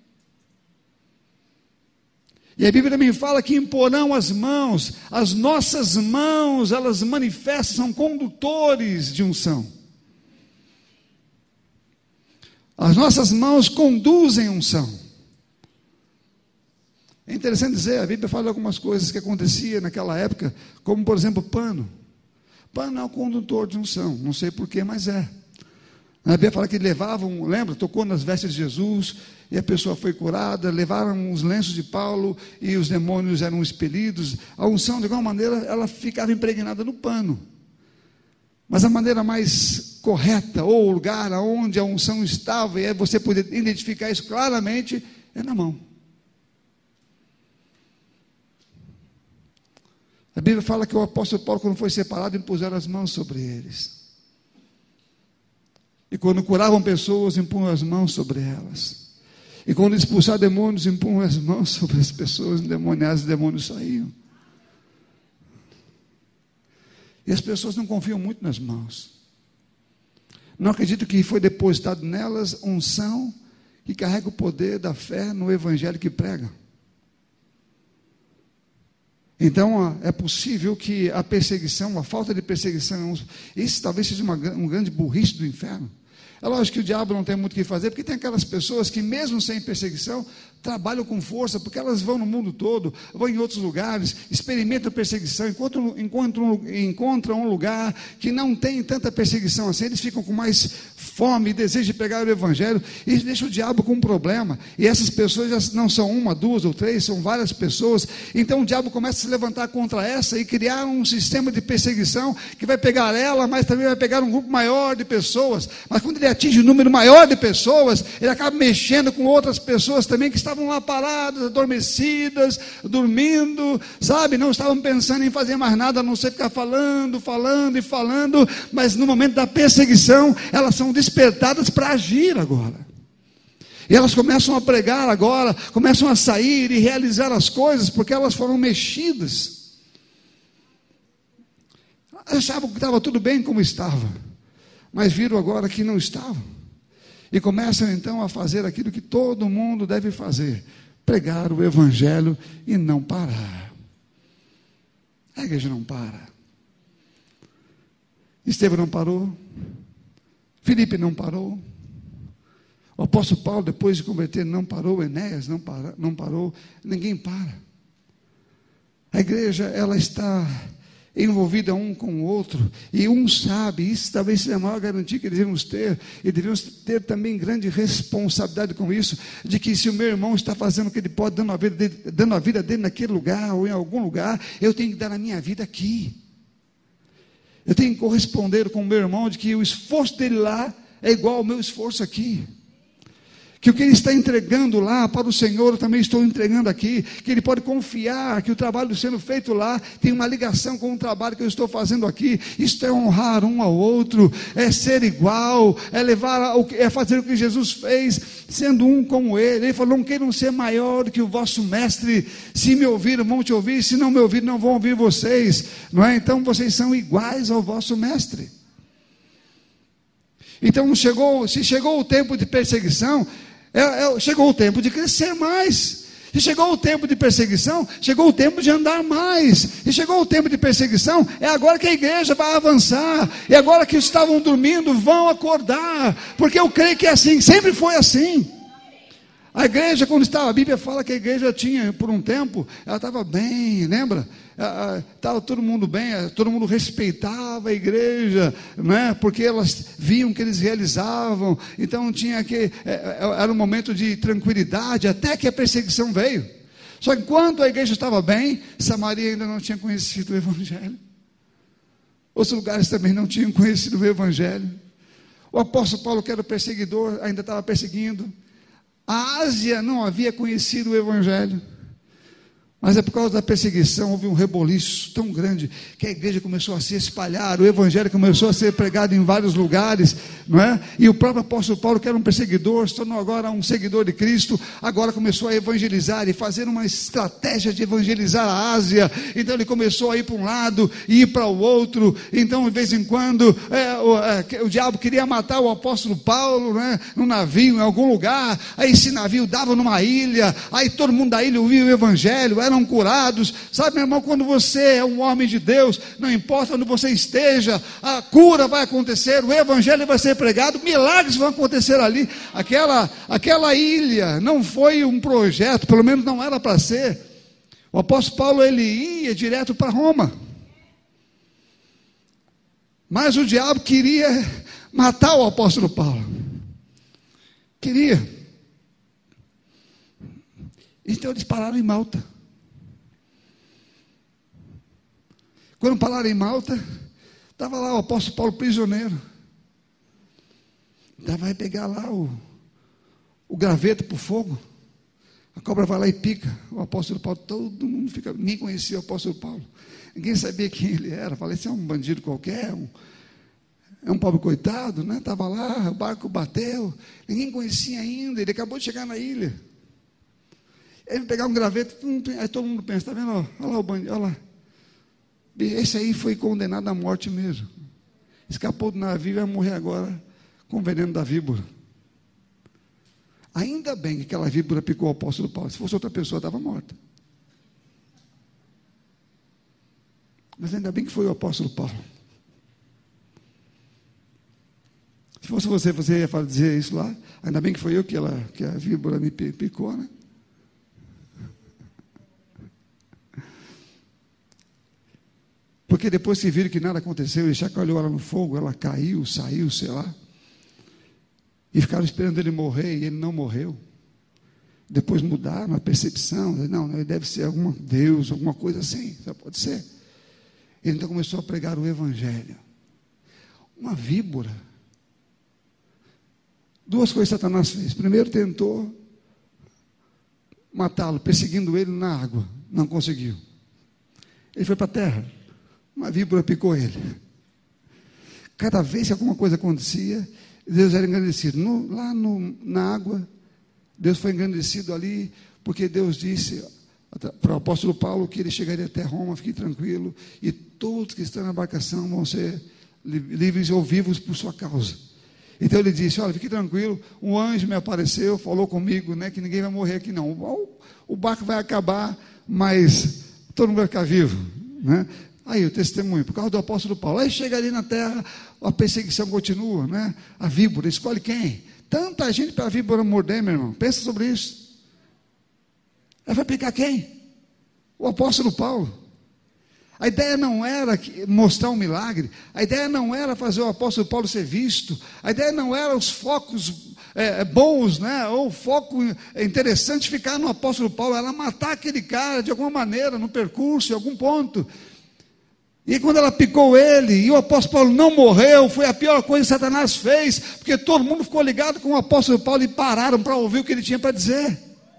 E a Bíblia também fala que imporão as mãos. As nossas mãos, elas manifestam, são condutores de unção. As nossas mãos conduzem unção. É interessante dizer, a Bíblia fala algumas coisas que aconteciam naquela época, como por exemplo pano. Pano é o condutor de unção, não sei porquê, mas é. A Bíblia fala que levavam, lembra, tocou nas vestes de Jesus, e a pessoa foi curada, levaram os lenços de Paulo, e os demônios eram expelidos. A unção, de alguma maneira, ela ficava impregnada no pano. Mas a maneira mais correta, ou o lugar onde a unção estava, e você poder identificar isso claramente, é na mão. A Bíblia fala que o apóstolo Paulo, quando foi separado, impuseram as mãos sobre eles. E quando curavam pessoas, impunham as mãos sobre elas. E quando expulsavam demônios, impunham as mãos sobre as pessoas endemoniadas, e os demônios saíam. E as pessoas não confiam muito nas mãos. Não acreditam que foi depositado nelas unção que carrega o poder da fé no evangelho que pregam. Então, é possível que a perseguição, a falta de perseguição, isso talvez seja uma, um grande burrice do inferno. É lógico que o diabo não tem muito o que fazer, porque tem aquelas pessoas que mesmo sem perseguição, trabalham com força, porque elas vão no mundo todo, vão em outros lugares, experimentam perseguição, encontram, encontram, encontram um lugar que não tem tanta perseguição assim, eles ficam com mais fome e desejo de pegar o evangelho, e deixa o diabo com um problema, e essas pessoas já não são uma, duas ou três, são várias pessoas, então o diabo começa a se levantar contra essa, e criar um sistema de perseguição, que vai pegar ela, mas também vai pegar um grupo maior de pessoas, mas quando ele atinge um número maior de pessoas, ele acaba mexendo com outras pessoas também, que estavam lá paradas, adormecidas, dormindo, sabe, não estavam pensando em fazer mais nada, a não ser ficar falando, falando e falando, mas no momento da perseguição, elas são despertadas para agir agora, e elas começam a pregar agora, começam a sair e realizar as coisas, porque elas foram mexidas, achavam que estava tudo bem como estava, mas viram agora que não estava, e começam então a fazer aquilo que todo mundo deve fazer, pregar o evangelho e não parar. A igreja não para. Estevão não parou, Filipe não parou, o apóstolo Paulo, depois de converter, não parou, Enéas não, para, não parou, ninguém para. A igreja, ela está envolvida um com o outro, e um sabe, isso talvez seja a maior garantia que devemos ter, e devemos ter também grande responsabilidade com isso, de que se o meu irmão está fazendo o que ele pode, dando a vida dele, dando a vida dele naquele lugar, ou em algum lugar, eu tenho que dar a minha vida aqui. Eu tenho que corresponder com o meu irmão de que o esforço dele lá é igual ao meu esforço aqui. Que o que ele está entregando lá para o Senhor, eu também estou entregando aqui. Que ele pode confiar que o trabalho sendo feito lá tem uma ligação com o trabalho que eu estou fazendo aqui. Isto é honrar um ao outro, é ser igual, é levar, ao, é fazer o que Jesus fez, sendo um como ele. Ele falou: não queiram ser maior do que o vosso mestre. Se me ouviram, vão te ouvir. Se não me ouviram, não vão ouvir vocês. Não é? Então vocês são iguais ao vosso mestre. Então chegou, se chegou o tempo de perseguição, É, é, chegou o tempo de crescer mais. E chegou o tempo de perseguição, chegou o tempo de andar mais. E chegou o tempo de perseguição, é agora que a igreja vai avançar. É agora que estavam dormindo, vão acordar. Porque eu creio que é assim, sempre foi assim. A igreja, quando estava, a Bíblia fala que a igreja tinha, por um tempo, ela estava bem, lembra? Estava todo mundo bem, todo mundo respeitava a igreja, né? Porque elas viam o que eles realizavam. Então tinha que, era um momento de tranquilidade, até que a perseguição veio. Só que enquanto a igreja estava bem, Samaria ainda não tinha conhecido o Evangelho. Outros lugares também não tinham conhecido o Evangelho. O apóstolo Paulo, que era o perseguidor, ainda estava perseguindo. A Ásia não havia conhecido o Evangelho, mas é por causa da perseguição, houve um reboliço tão grande, que a igreja começou a se espalhar, o Evangelho começou a ser pregado em vários lugares, não é? E o próprio apóstolo Paulo, que era um perseguidor, se tornou agora um seguidor de Cristo, agora começou a evangelizar, e fazer uma estratégia de evangelizar a Ásia. Então ele começou a ir para um lado, e ir para o outro. Então de vez em quando, é, o, é, o diabo queria matar o apóstolo Paulo, né, num navio, em algum lugar. Aí esse navio dava numa ilha, aí todo mundo da ilha ouvia o Evangelho, era eram curados. Sabe, meu irmão, quando você é um homem de Deus, não importa onde você esteja, a cura vai acontecer, o Evangelho vai ser pregado, milagres vão acontecer ali. Aquela, aquela ilha não foi um projeto, pelo menos não era para ser. O apóstolo Paulo, ele ia direto para Roma, mas o diabo queria matar o apóstolo Paulo, queria. Então eles pararam em Malta. Quando pararam em Malta, estava lá o apóstolo Paulo prisioneiro. Então vai pegar lá o, o graveto para o fogo. A cobra vai lá e pica. O apóstolo Paulo, todo mundo fica, ninguém conhecia o apóstolo Paulo. Ninguém sabia quem ele era. Falei, esse é um bandido qualquer, um, é um pobre coitado, né? Estava lá, o barco bateu, ninguém conhecia ainda, ele acabou de chegar na ilha. Ele vai pegar um graveto, aí todo mundo pensa, está vendo? Olha lá o bandido, olha lá. Esse aí foi condenado à morte mesmo. Escapou do navio e vai morrer agora com o veneno da víbora. Ainda bem que aquela víbora picou o apóstolo Paulo. Se fosse outra pessoa, estava morta. Mas ainda bem que foi o apóstolo Paulo. Se fosse você, você ia dizer isso lá. Ainda bem que foi eu que, ela, que a víbora me picou, né? Porque depois que viram que nada aconteceu, ele chacoalhou ela no fogo, ela caiu, saiu, sei lá. E ficaram esperando ele morrer, e ele não morreu. Depois mudaram a percepção, não, ele deve ser algum Deus, alguma coisa assim, só pode ser. Ele então começou a pregar o Evangelho. Uma víbora. Duas coisas Satanás fez. Primeiro tentou matá-lo, perseguindo ele na água, não conseguiu. Ele foi para a terra. Uma víbora picou ele. Cada vez que alguma coisa acontecia, Deus era engrandecido. No, lá no, na água, Deus foi engrandecido ali, porque Deus disse para o apóstolo Paulo que ele chegaria até Roma, fique tranquilo, e todos que estão na embarcação vão ser livres ou vivos por sua causa. Então ele disse, olha, fique tranquilo, um anjo me apareceu, falou comigo, né, que ninguém vai morrer aqui não. O, o barco vai acabar, mas todo mundo vai ficar vivo, né? Aí o testemunho, por causa do apóstolo Paulo. Aí chega ali na terra, a perseguição continua, né? A víbora, escolhe quem? Tanta gente para a víbora morder, meu irmão. Pensa sobre isso. Ela vai picar quem? O apóstolo Paulo. A ideia não era mostrar um milagre, a ideia não era fazer o apóstolo Paulo ser visto, a ideia não era os focos é, bons, né? Ou o foco interessante ficar no apóstolo Paulo, era matar aquele cara de alguma maneira, no percurso, em algum ponto. E quando ela picou ele, e o apóstolo Paulo não morreu, foi a pior coisa que Satanás fez, porque todo mundo ficou ligado com o apóstolo Paulo e pararam para ouvir o que ele tinha para dizer.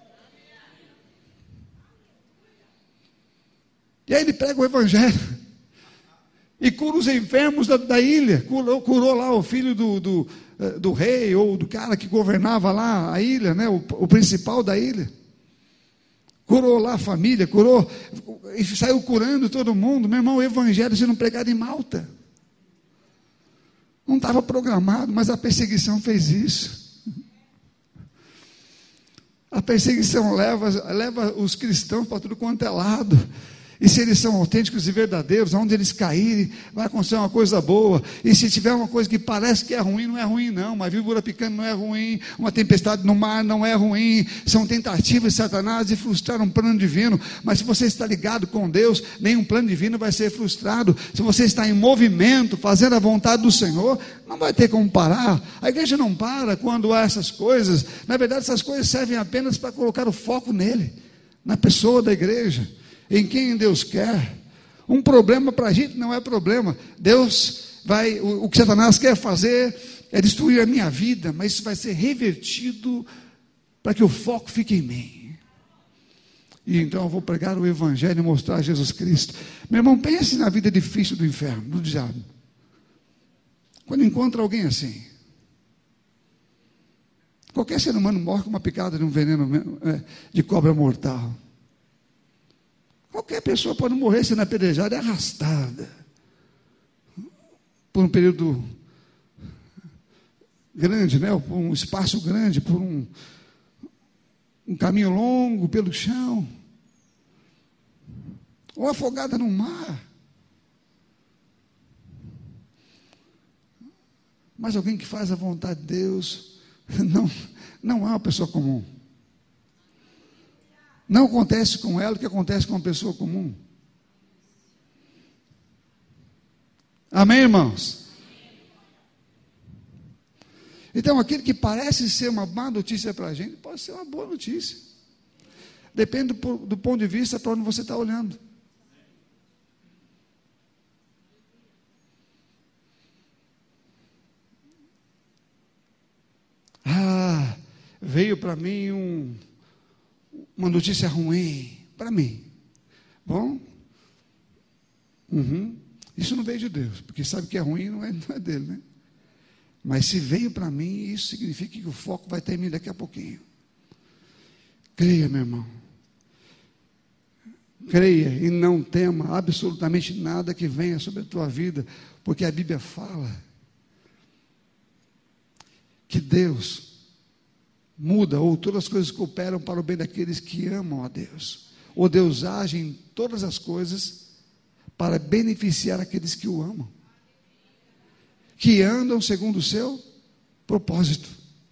E aí ele prega o evangelho, e cura os enfermos da, da ilha, curou, curou lá o filho do, do, do rei, ou do cara que governava lá a ilha, né, o, o principal da ilha. Curou lá a família, curou, e saiu curando todo mundo. Meu irmão, o evangelho sendo pregado em Malta. Não estava programado, mas a perseguição fez isso. A perseguição leva, leva os cristãos para tudo quanto é lado. E se eles são autênticos e verdadeiros, onde eles caírem, vai acontecer uma coisa boa. E se tiver uma coisa que parece que é ruim, não é ruim não. Uma víbora picando não é ruim, uma tempestade no mar não é ruim. São tentativas de Satanás de frustrar um plano divino. Mas se você está ligado com Deus, nenhum plano divino vai ser frustrado. Se você está em movimento, fazendo a vontade do Senhor, não vai ter como parar. A igreja não para quando há essas coisas. Na verdade, essas coisas servem apenas para colocar o foco nele, na pessoa da igreja, em quem Deus quer. Um problema para a gente não é problema. Deus vai, o, o que Satanás quer fazer é destruir a minha vida, mas isso vai ser revertido para que o foco fique em mim. E então eu vou pregar o evangelho e mostrar Jesus Cristo. Meu irmão, pense na vida difícil do inferno, do diabo. Quando encontra alguém assim, qualquer ser humano morre com uma picada de um veneno de cobra mortal. Qualquer pessoa pode morrer sendo apedrejada e arrastada por um período grande, né? Por um espaço grande, por um, um caminho longo pelo chão, ou afogada no mar. Mas alguém que faz a vontade de Deus não, não é uma pessoa comum. Não acontece com ela o que acontece com uma pessoa comum. Amém, irmãos? Então, aquilo que parece ser uma má notícia para a gente, pode ser uma boa notícia. Depende do, do ponto de vista para onde você está olhando. Ah, veio para mim um... uma notícia ruim para mim. Bom, uhum. Isso não veio de Deus, porque sabe que é ruim, não é, não é dele, né? Mas se veio para mim, isso significa que o foco vai ter em mim daqui a pouquinho. Creia, meu irmão. Creia e não tema absolutamente nada que venha sobre a tua vida, porque a Bíblia fala que Deus muda, ou todas as coisas cooperam para o bem daqueles que amam a Deus. Ou Deus age em todas as coisas para beneficiar aqueles que o amam, que andam segundo o seu propósito.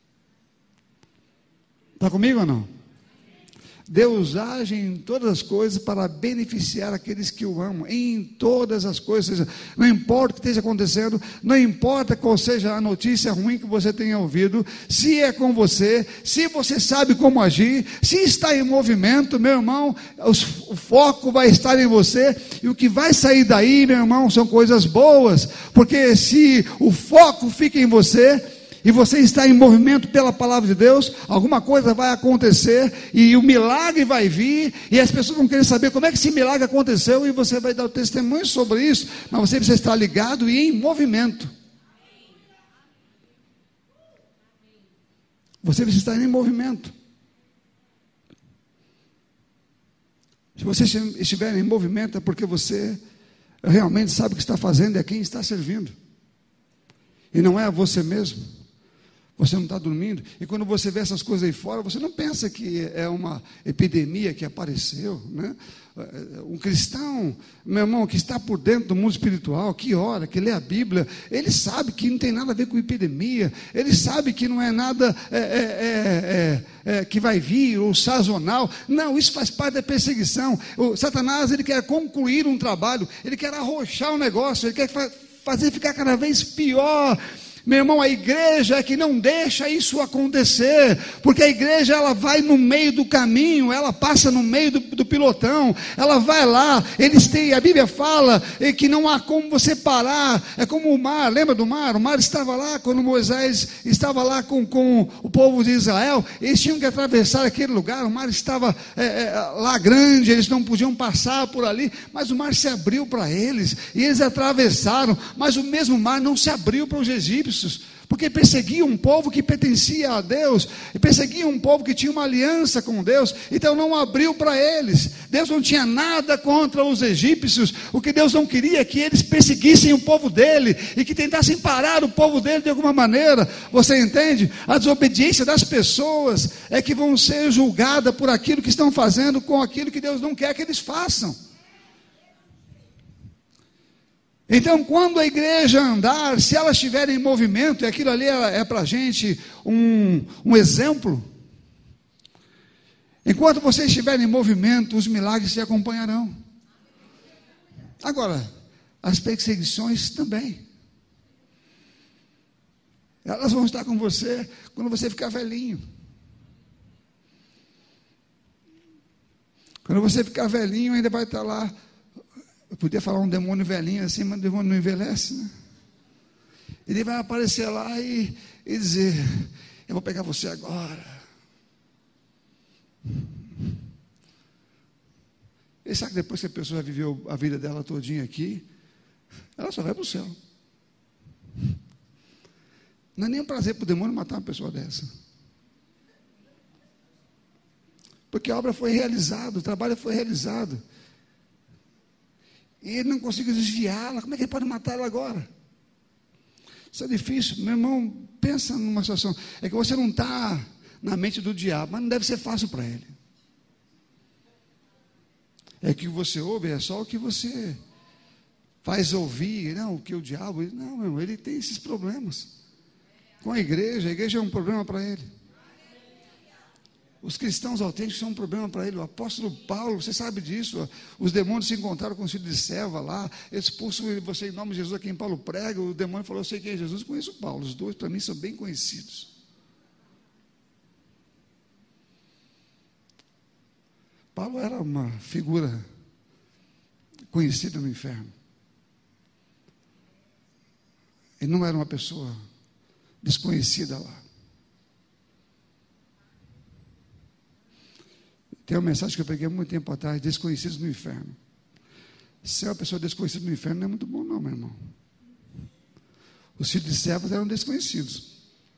Está comigo ou não? Deus age em todas as coisas para beneficiar aqueles que o amam, em todas as coisas, não importa o que esteja acontecendo, não importa qual seja a notícia ruim que você tenha ouvido, se é com você, se você sabe como agir, se está em movimento, meu irmão, os, o foco vai estar em você, e o que vai sair daí, meu irmão, são coisas boas, porque se o foco fica em você, e você está em movimento pela palavra de Deus, alguma coisa vai acontecer, e o milagre vai vir, e as pessoas vão querer saber como é que esse milagre aconteceu, e você vai dar o testemunho sobre isso, mas você precisa estar ligado e em movimento. Você precisa estar em movimento. Se você estiver em movimento, é porque você realmente sabe o que está fazendo e a quem está servindo, e não é a você mesmo. Você não está dormindo, e quando você vê essas coisas aí fora, você não pensa que é uma epidemia que apareceu, né? Um cristão, meu irmão, que está por dentro do mundo espiritual, que ora, que lê a Bíblia, ele sabe que não tem nada a ver com epidemia, ele sabe que não é nada é, é, é, é, que vai vir, ou sazonal, não, isso faz parte da perseguição. O Satanás, ele quer concluir um trabalho, ele quer arrochar um negócio, ele quer fa- fazer ficar cada vez pior. Meu irmão, a igreja é que não deixa isso acontecer, porque a igreja ela vai no meio do caminho, ela passa no meio do, do pilotão, ela vai lá, eles têm, a Bíblia fala que não há como você parar, é como o mar, lembra do mar? O mar estava lá, quando Moisés estava lá com, com o povo de Israel, eles tinham que atravessar aquele lugar, o mar estava é, é, lá grande, eles não podiam passar por ali, mas o mar se abriu para eles, e eles atravessaram, mas o mesmo mar não se abriu para os egípcios, porque perseguiam um povo que pertencia a Deus, e perseguiam um povo que tinha uma aliança com Deus, então não abriu para eles. Deus não tinha nada contra os egípcios, o que Deus não queria é que eles perseguissem o povo dele, e que tentassem parar o povo dele de alguma maneira. Você entende? A desobediência das pessoas é que vão ser julgadas por aquilo que estão fazendo com aquilo que Deus não quer que eles façam. Então, quando a igreja andar, se ela estiver em movimento, e aquilo ali é, é para a gente um, um exemplo, enquanto você estiver em movimento, os milagres te acompanharão. Agora, as perseguições também, elas vão estar com você quando você ficar velhinho. Quando você ficar velhinho, ainda vai estar lá. Eu podia falar um demônio velhinho assim, mas o demônio não envelhece, né? Ele vai aparecer lá e, e dizer: eu vou pegar você agora. E sabe que depois que a pessoa já viveu a vida dela todinha aqui, ela só vai para o céu. Não é nem um prazer para o demônio matar uma pessoa dessa. Porque a obra foi realizada, o trabalho foi realizado. E ele não conseguiu desviá-la. Como é que ele pode matá-la agora? Isso é difícil. Meu irmão, pensa numa situação. É que você não está na mente do diabo, mas não deve ser fácil para ele. É que você ouve, é só o que você faz ouvir. Não, o que o diabo... Não, meu irmão, ele tem esses problemas. Com a igreja, a igreja é um problema para ele. Os cristãos autênticos são um problema para ele. O apóstolo Paulo, você sabe disso, os demônios se encontraram com o filho de Seva lá, expulsam você em nome de Jesus a quem Paulo prega. O demônio falou: eu sei quem é Jesus, conheço o Paulo. Os dois para mim são bem conhecidos. Paulo era uma figura conhecida no inferno. Ele não era uma pessoa desconhecida lá. Tem uma mensagem que eu peguei há muito tempo atrás: desconhecidos no inferno. Ser uma pessoa desconhecida no inferno não é muito bom não, meu irmão. Os filhos de servos eram desconhecidos,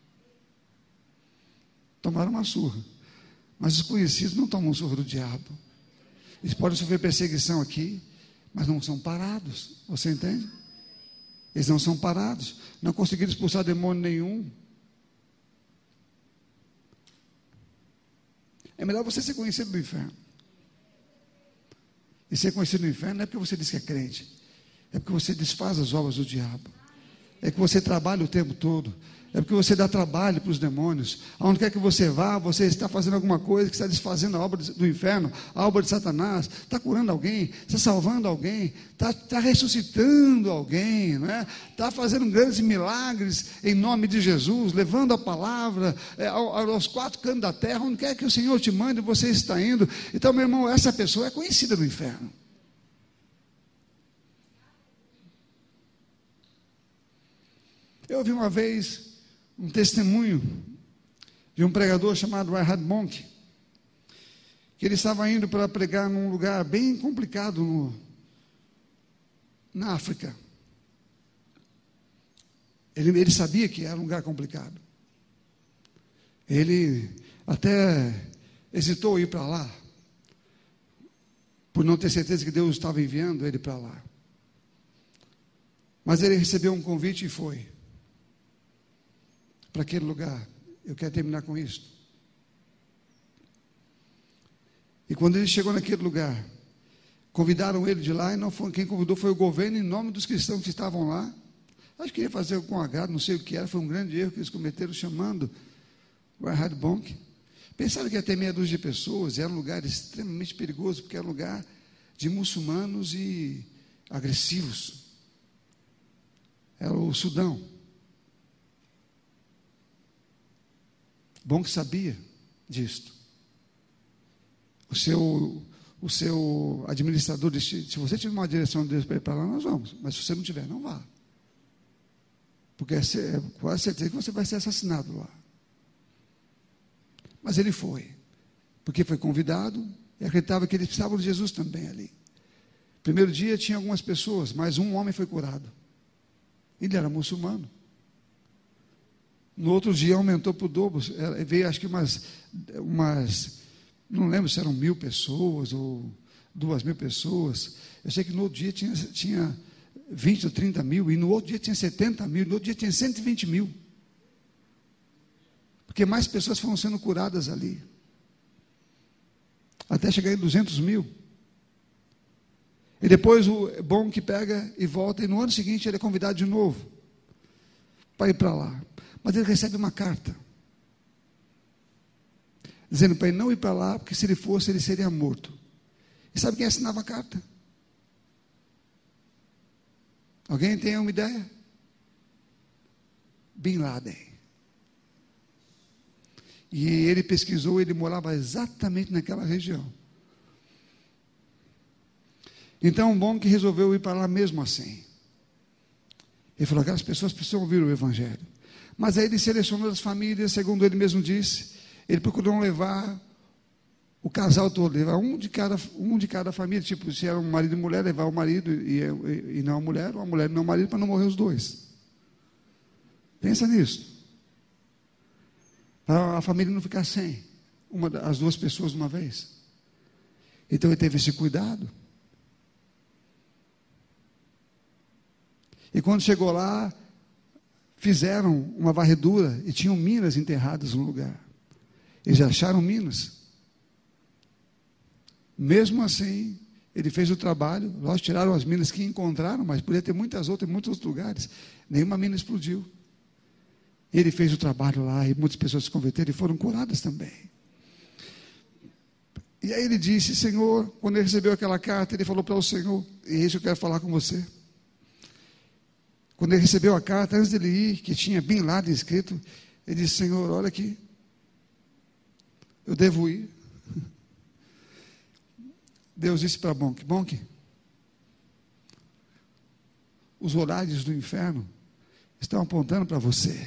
tomaram uma surra, mas os conhecidos não tomam surra do diabo. Eles podem sofrer perseguição aqui, mas não são parados. Você entende? Eles não são parados, não conseguiram expulsar demônio nenhum. É melhor você ser conhecido no inferno. E ser conhecido no inferno não é porque você diz que é crente, é porque você desfaz as obras do diabo, é que você trabalha o tempo todo, é porque você dá trabalho para os demônios. Aonde quer que você vá, você está fazendo alguma coisa que está desfazendo a obra do inferno, a obra de Satanás, está curando alguém, está salvando alguém, está, está ressuscitando alguém, não é? Está fazendo grandes milagres em nome de Jesus, levando a palavra é, aos quatro cantos da terra. Onde quer que o Senhor te mande, você está indo. Então, meu irmão, essa pessoa é conhecida no inferno. Eu ouvi uma vez um testemunho de um pregador chamado Reinhard Bonk, que ele estava indo para pregar num lugar bem complicado no, na África. Ele, ele sabia que era um lugar complicado. Ele até hesitou em ir para lá, por não ter certeza que Deus estava enviando ele para lá. Mas ele recebeu um convite e foi para aquele lugar. Eu quero terminar com isso. E quando ele chegou naquele lugar, convidaram ele de lá, e não foi, quem convidou foi o governo, em nome dos cristãos que estavam lá. Acho que ia fazer com agrado, não sei o que era, foi um grande erro que eles cometeram, chamando o Reinhard Bonk. Pensaram que ia ter meia dúzia de pessoas, e era um lugar extremamente perigoso, porque era um lugar de muçulmanos e agressivos. Era o Sudão. Bom que sabia disto. O seu, o seu administrador disse, se você tiver uma direção de Deus para ir para lá, nós vamos. Mas se você não tiver, não vá. Porque é quase certeza que você vai ser assassinado lá. Mas ele foi. Porque foi convidado e acreditava que eles precisavam de Jesus também ali. Primeiro dia tinha algumas pessoas, mas um homem foi curado. Ele era muçulmano. No outro dia aumentou para o dobro, veio acho que umas, umas, não lembro se eram mil pessoas ou duas mil pessoas. Eu sei que no outro dia tinha, tinha vinte ou trinta mil, e no outro dia tinha setenta mil, no outro dia tinha cento e vinte mil. Porque mais pessoas foram sendo curadas ali. Até chegar em duzentos mil. E depois o bom que pega e volta, e no ano seguinte ele é convidado de novo para ir para lá. Mas ele recebe uma carta dizendo para ele não ir para lá, porque se ele fosse, ele seria morto. E sabe quem assinava a carta? Alguém tem uma ideia? Bin Laden. E ele pesquisou, ele morava exatamente naquela região. Então, o bom que resolveu ir para lá mesmo assim. Ele falou, aquelas pessoas precisam ouvir o Evangelho. Mas aí ele selecionou as famílias, segundo ele mesmo disse, ele procurou levar o casal todo, levar um de cada, um de cada família, tipo, se era um marido e mulher, levar o marido e, e, e não a mulher, ou a mulher e não o marido, para não morrer os dois. Pensa nisso. Para a família não ficar sem uma, as duas pessoas de uma vez. Então ele teve esse cuidado. E quando chegou lá, fizeram uma varredura e tinham minas enterradas no lugar. Eles acharam minas. Mesmo assim, ele fez o trabalho. Nós tiraram as minas que encontraram, mas podia ter muitas outras em muitos outros lugares. Nenhuma mina explodiu. Ele fez o trabalho lá e muitas pessoas se converteram e foram curadas também. E aí ele disse, Senhor, quando ele recebeu aquela carta, ele falou para o Senhor, e é isso que eu quero falar com você. Quando ele recebeu a carta, antes dele ir, que tinha Bin Laden escrito, ele disse, Senhor, olha aqui, eu devo ir. Deus disse para Bonk, Bonk, os horários do inferno estão apontando para você.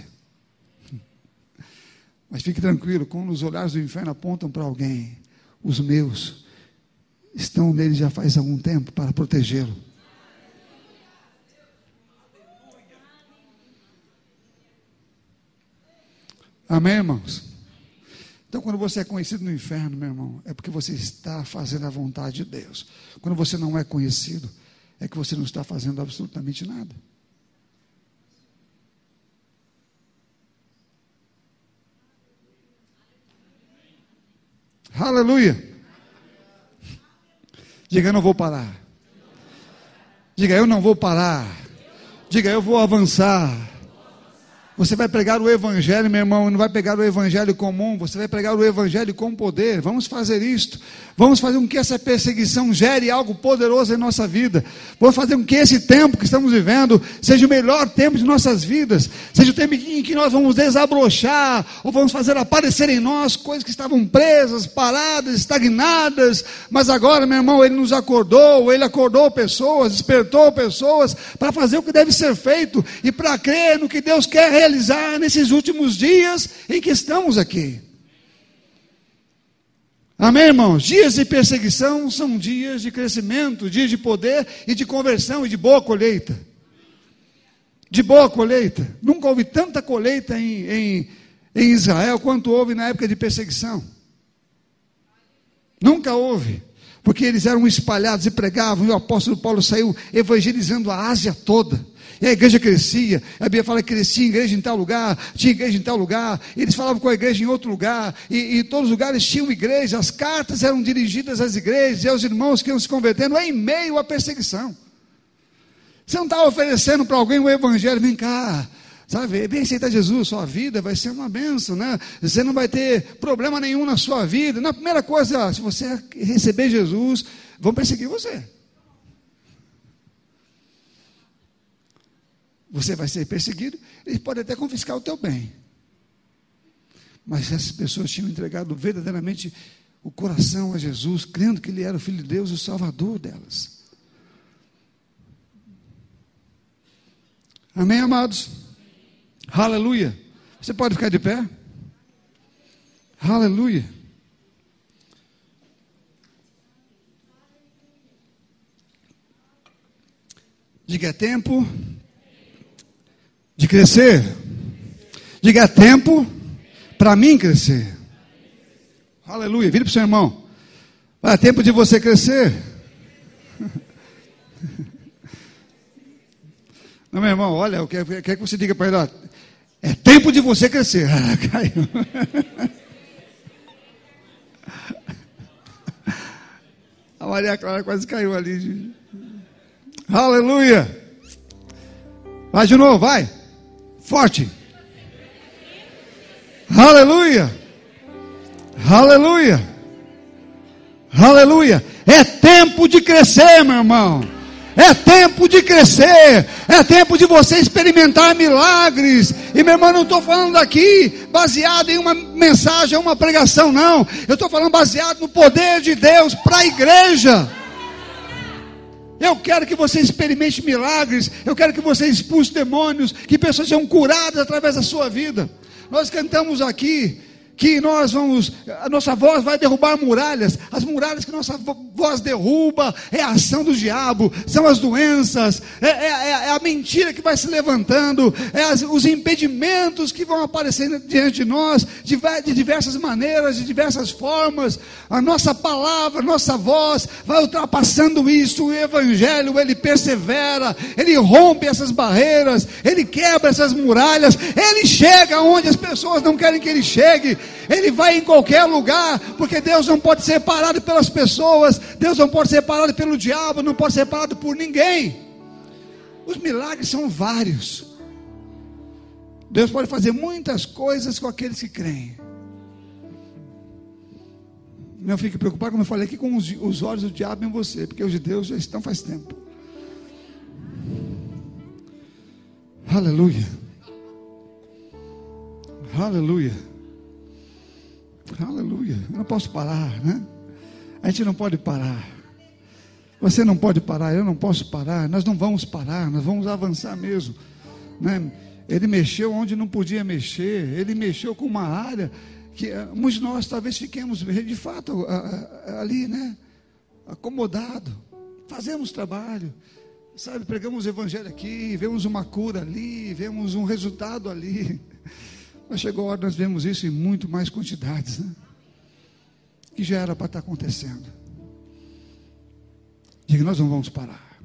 Mas fique tranquilo, quando os olhares do inferno apontam para alguém, os meus estão nele já faz algum tempo para protegê-lo. Amém, irmãos? Então, quando você é conhecido no inferno, meu irmão, é porque você está fazendo a vontade de Deus. Quando você não é conhecido, é que você não está fazendo absolutamente nada. Aleluia. Diga, eu não vou parar. Diga, eu não vou parar. Diga, eu vou avançar. Você vai pregar o Evangelho, meu irmão, não vai pregar o Evangelho comum, você vai pregar o Evangelho com poder. Vamos fazer isto. Vamos fazer com que essa perseguição gere algo poderoso em nossa vida. Vamos fazer com que esse tempo que estamos vivendo seja o melhor tempo de nossas vidas. Seja o tempo em que nós vamos desabrochar, ou vamos fazer aparecer em nós coisas que estavam presas, paradas, estagnadas. Mas agora, meu irmão, Ele nos acordou, Ele acordou pessoas, despertou pessoas para fazer o que deve ser feito e para crer no que Deus quer realizar nesses últimos dias em que estamos aqui. Amém, irmãos? Dias de perseguição são dias de crescimento, dias de poder e de conversão e de boa colheita. De boa colheita. Nunca houve tanta colheita em, em, em Israel quanto houve na época de perseguição. Nunca houve. Porque eles eram espalhados e pregavam, e o apóstolo Paulo saiu evangelizando a Ásia toda. E a igreja crescia, a Bíblia fala que crescia igreja em tal lugar, tinha igreja em tal lugar, eles falavam com a igreja em outro lugar, e, e todos os lugares tinham igreja, as cartas eram dirigidas às igrejas, e aos irmãos que iam se convertendo, em meio à perseguição. Você não está oferecendo para alguém o evangelho, vem cá, sabe, vem aceitar Jesus, sua vida vai ser uma bênção, né? Você não vai ter problema nenhum na sua vida. Na primeira coisa, se você receber Jesus, vão perseguir você. Você vai ser perseguido, eles podem até confiscar o teu bem. Mas essas pessoas tinham entregado verdadeiramente o coração a Jesus, crendo que Ele era o Filho de Deus e o Salvador delas. Amém, amados? Aleluia. Você pode ficar de pé? Aleluia. Diga, é tempo de crescer. Diga, é tempo para mim crescer. Aleluia. Vire para o seu irmão. É tempo de você crescer. Não, meu irmão, olha, eu quero, quero que você diga para ele, ó, é tempo de você crescer. Ah, caiu. A Maria Clara quase caiu ali. Aleluia. Vai de novo, vai. Forte. Aleluia. Aleluia. Aleluia. É tempo de crescer, meu irmão. É tempo de crescer, é tempo de você experimentar milagres. E meu irmão, não estou falando aqui baseado em uma mensagem, uma pregação, não. Eu estou falando baseado no poder de Deus para a igreja. Eu quero que você experimente milagres. Eu quero que você expulse demônios, que pessoas sejam curadas através da sua vida. Nós cantamos aqui que nós vamos, a nossa voz vai derrubar muralhas. As muralhas que nossa voz derruba é a ação do diabo, são as doenças, é, é, é a mentira que vai se levantando, é as, os impedimentos que vão aparecendo diante de nós, de, de diversas maneiras, de diversas formas. A nossa palavra, a nossa voz vai ultrapassando isso. O evangelho, ele persevera, ele rompe essas barreiras, ele quebra essas muralhas, ele chega onde as pessoas não querem que ele chegue. Ele vai em qualquer lugar, porque Deus não pode ser parado pelas pessoas, Deus não pode ser parado pelo diabo, não pode ser parado por ninguém. Os milagres são vários. Deus pode fazer muitas coisas com aqueles que creem. Não fique preocupado, como eu falei aqui, com os, os olhos do diabo em você, porque os de Deus já estão faz tempo. Aleluia. Aleluia. Aleluia. Eu não posso parar, né? A gente não pode parar. Você não pode parar, eu não posso parar. Nós não vamos parar, nós vamos avançar mesmo, né? Ele mexeu onde não podia mexer. Ele mexeu com uma área que muitos de nós talvez fiquemos de fato ali, né? Acomodado. Fazemos trabalho, sabe? Pregamos o evangelho aqui, vemos uma cura ali, vemos um resultado ali. Mas chegou a hora, nós vemos isso em muito mais quantidades, né? Que já era para estar acontecendo. Diga, nós não vamos parar.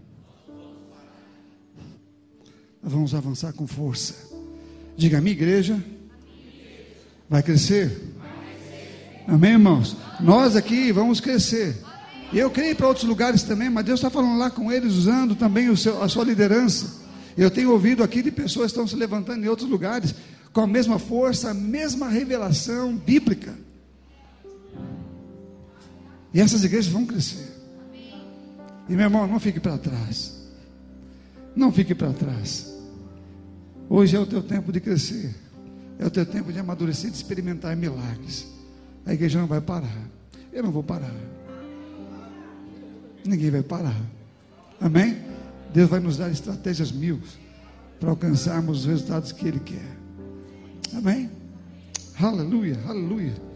Nós vamos avançar com força. Diga, a minha igreja vai crescer. Amém, irmãos? Nós aqui vamos crescer. E eu creio para outros lugares também, mas Deus está falando lá com eles, usando também o seu, a sua liderança. Eu tenho ouvido aqui de pessoas que estão se levantando em outros lugares, com a mesma força, a mesma revelação bíblica. E essas igrejas vão crescer. E meu irmão, não fique para trás. Não fique para trás. Hoje é o teu tempo de crescer. É o teu tempo de amadurecer, de experimentar milagres. A igreja não vai parar. Eu não vou parar. Ninguém vai parar. Amém? Deus vai nos dar estratégias mil para alcançarmos os resultados que Ele quer. Amém? Aleluia, aleluia.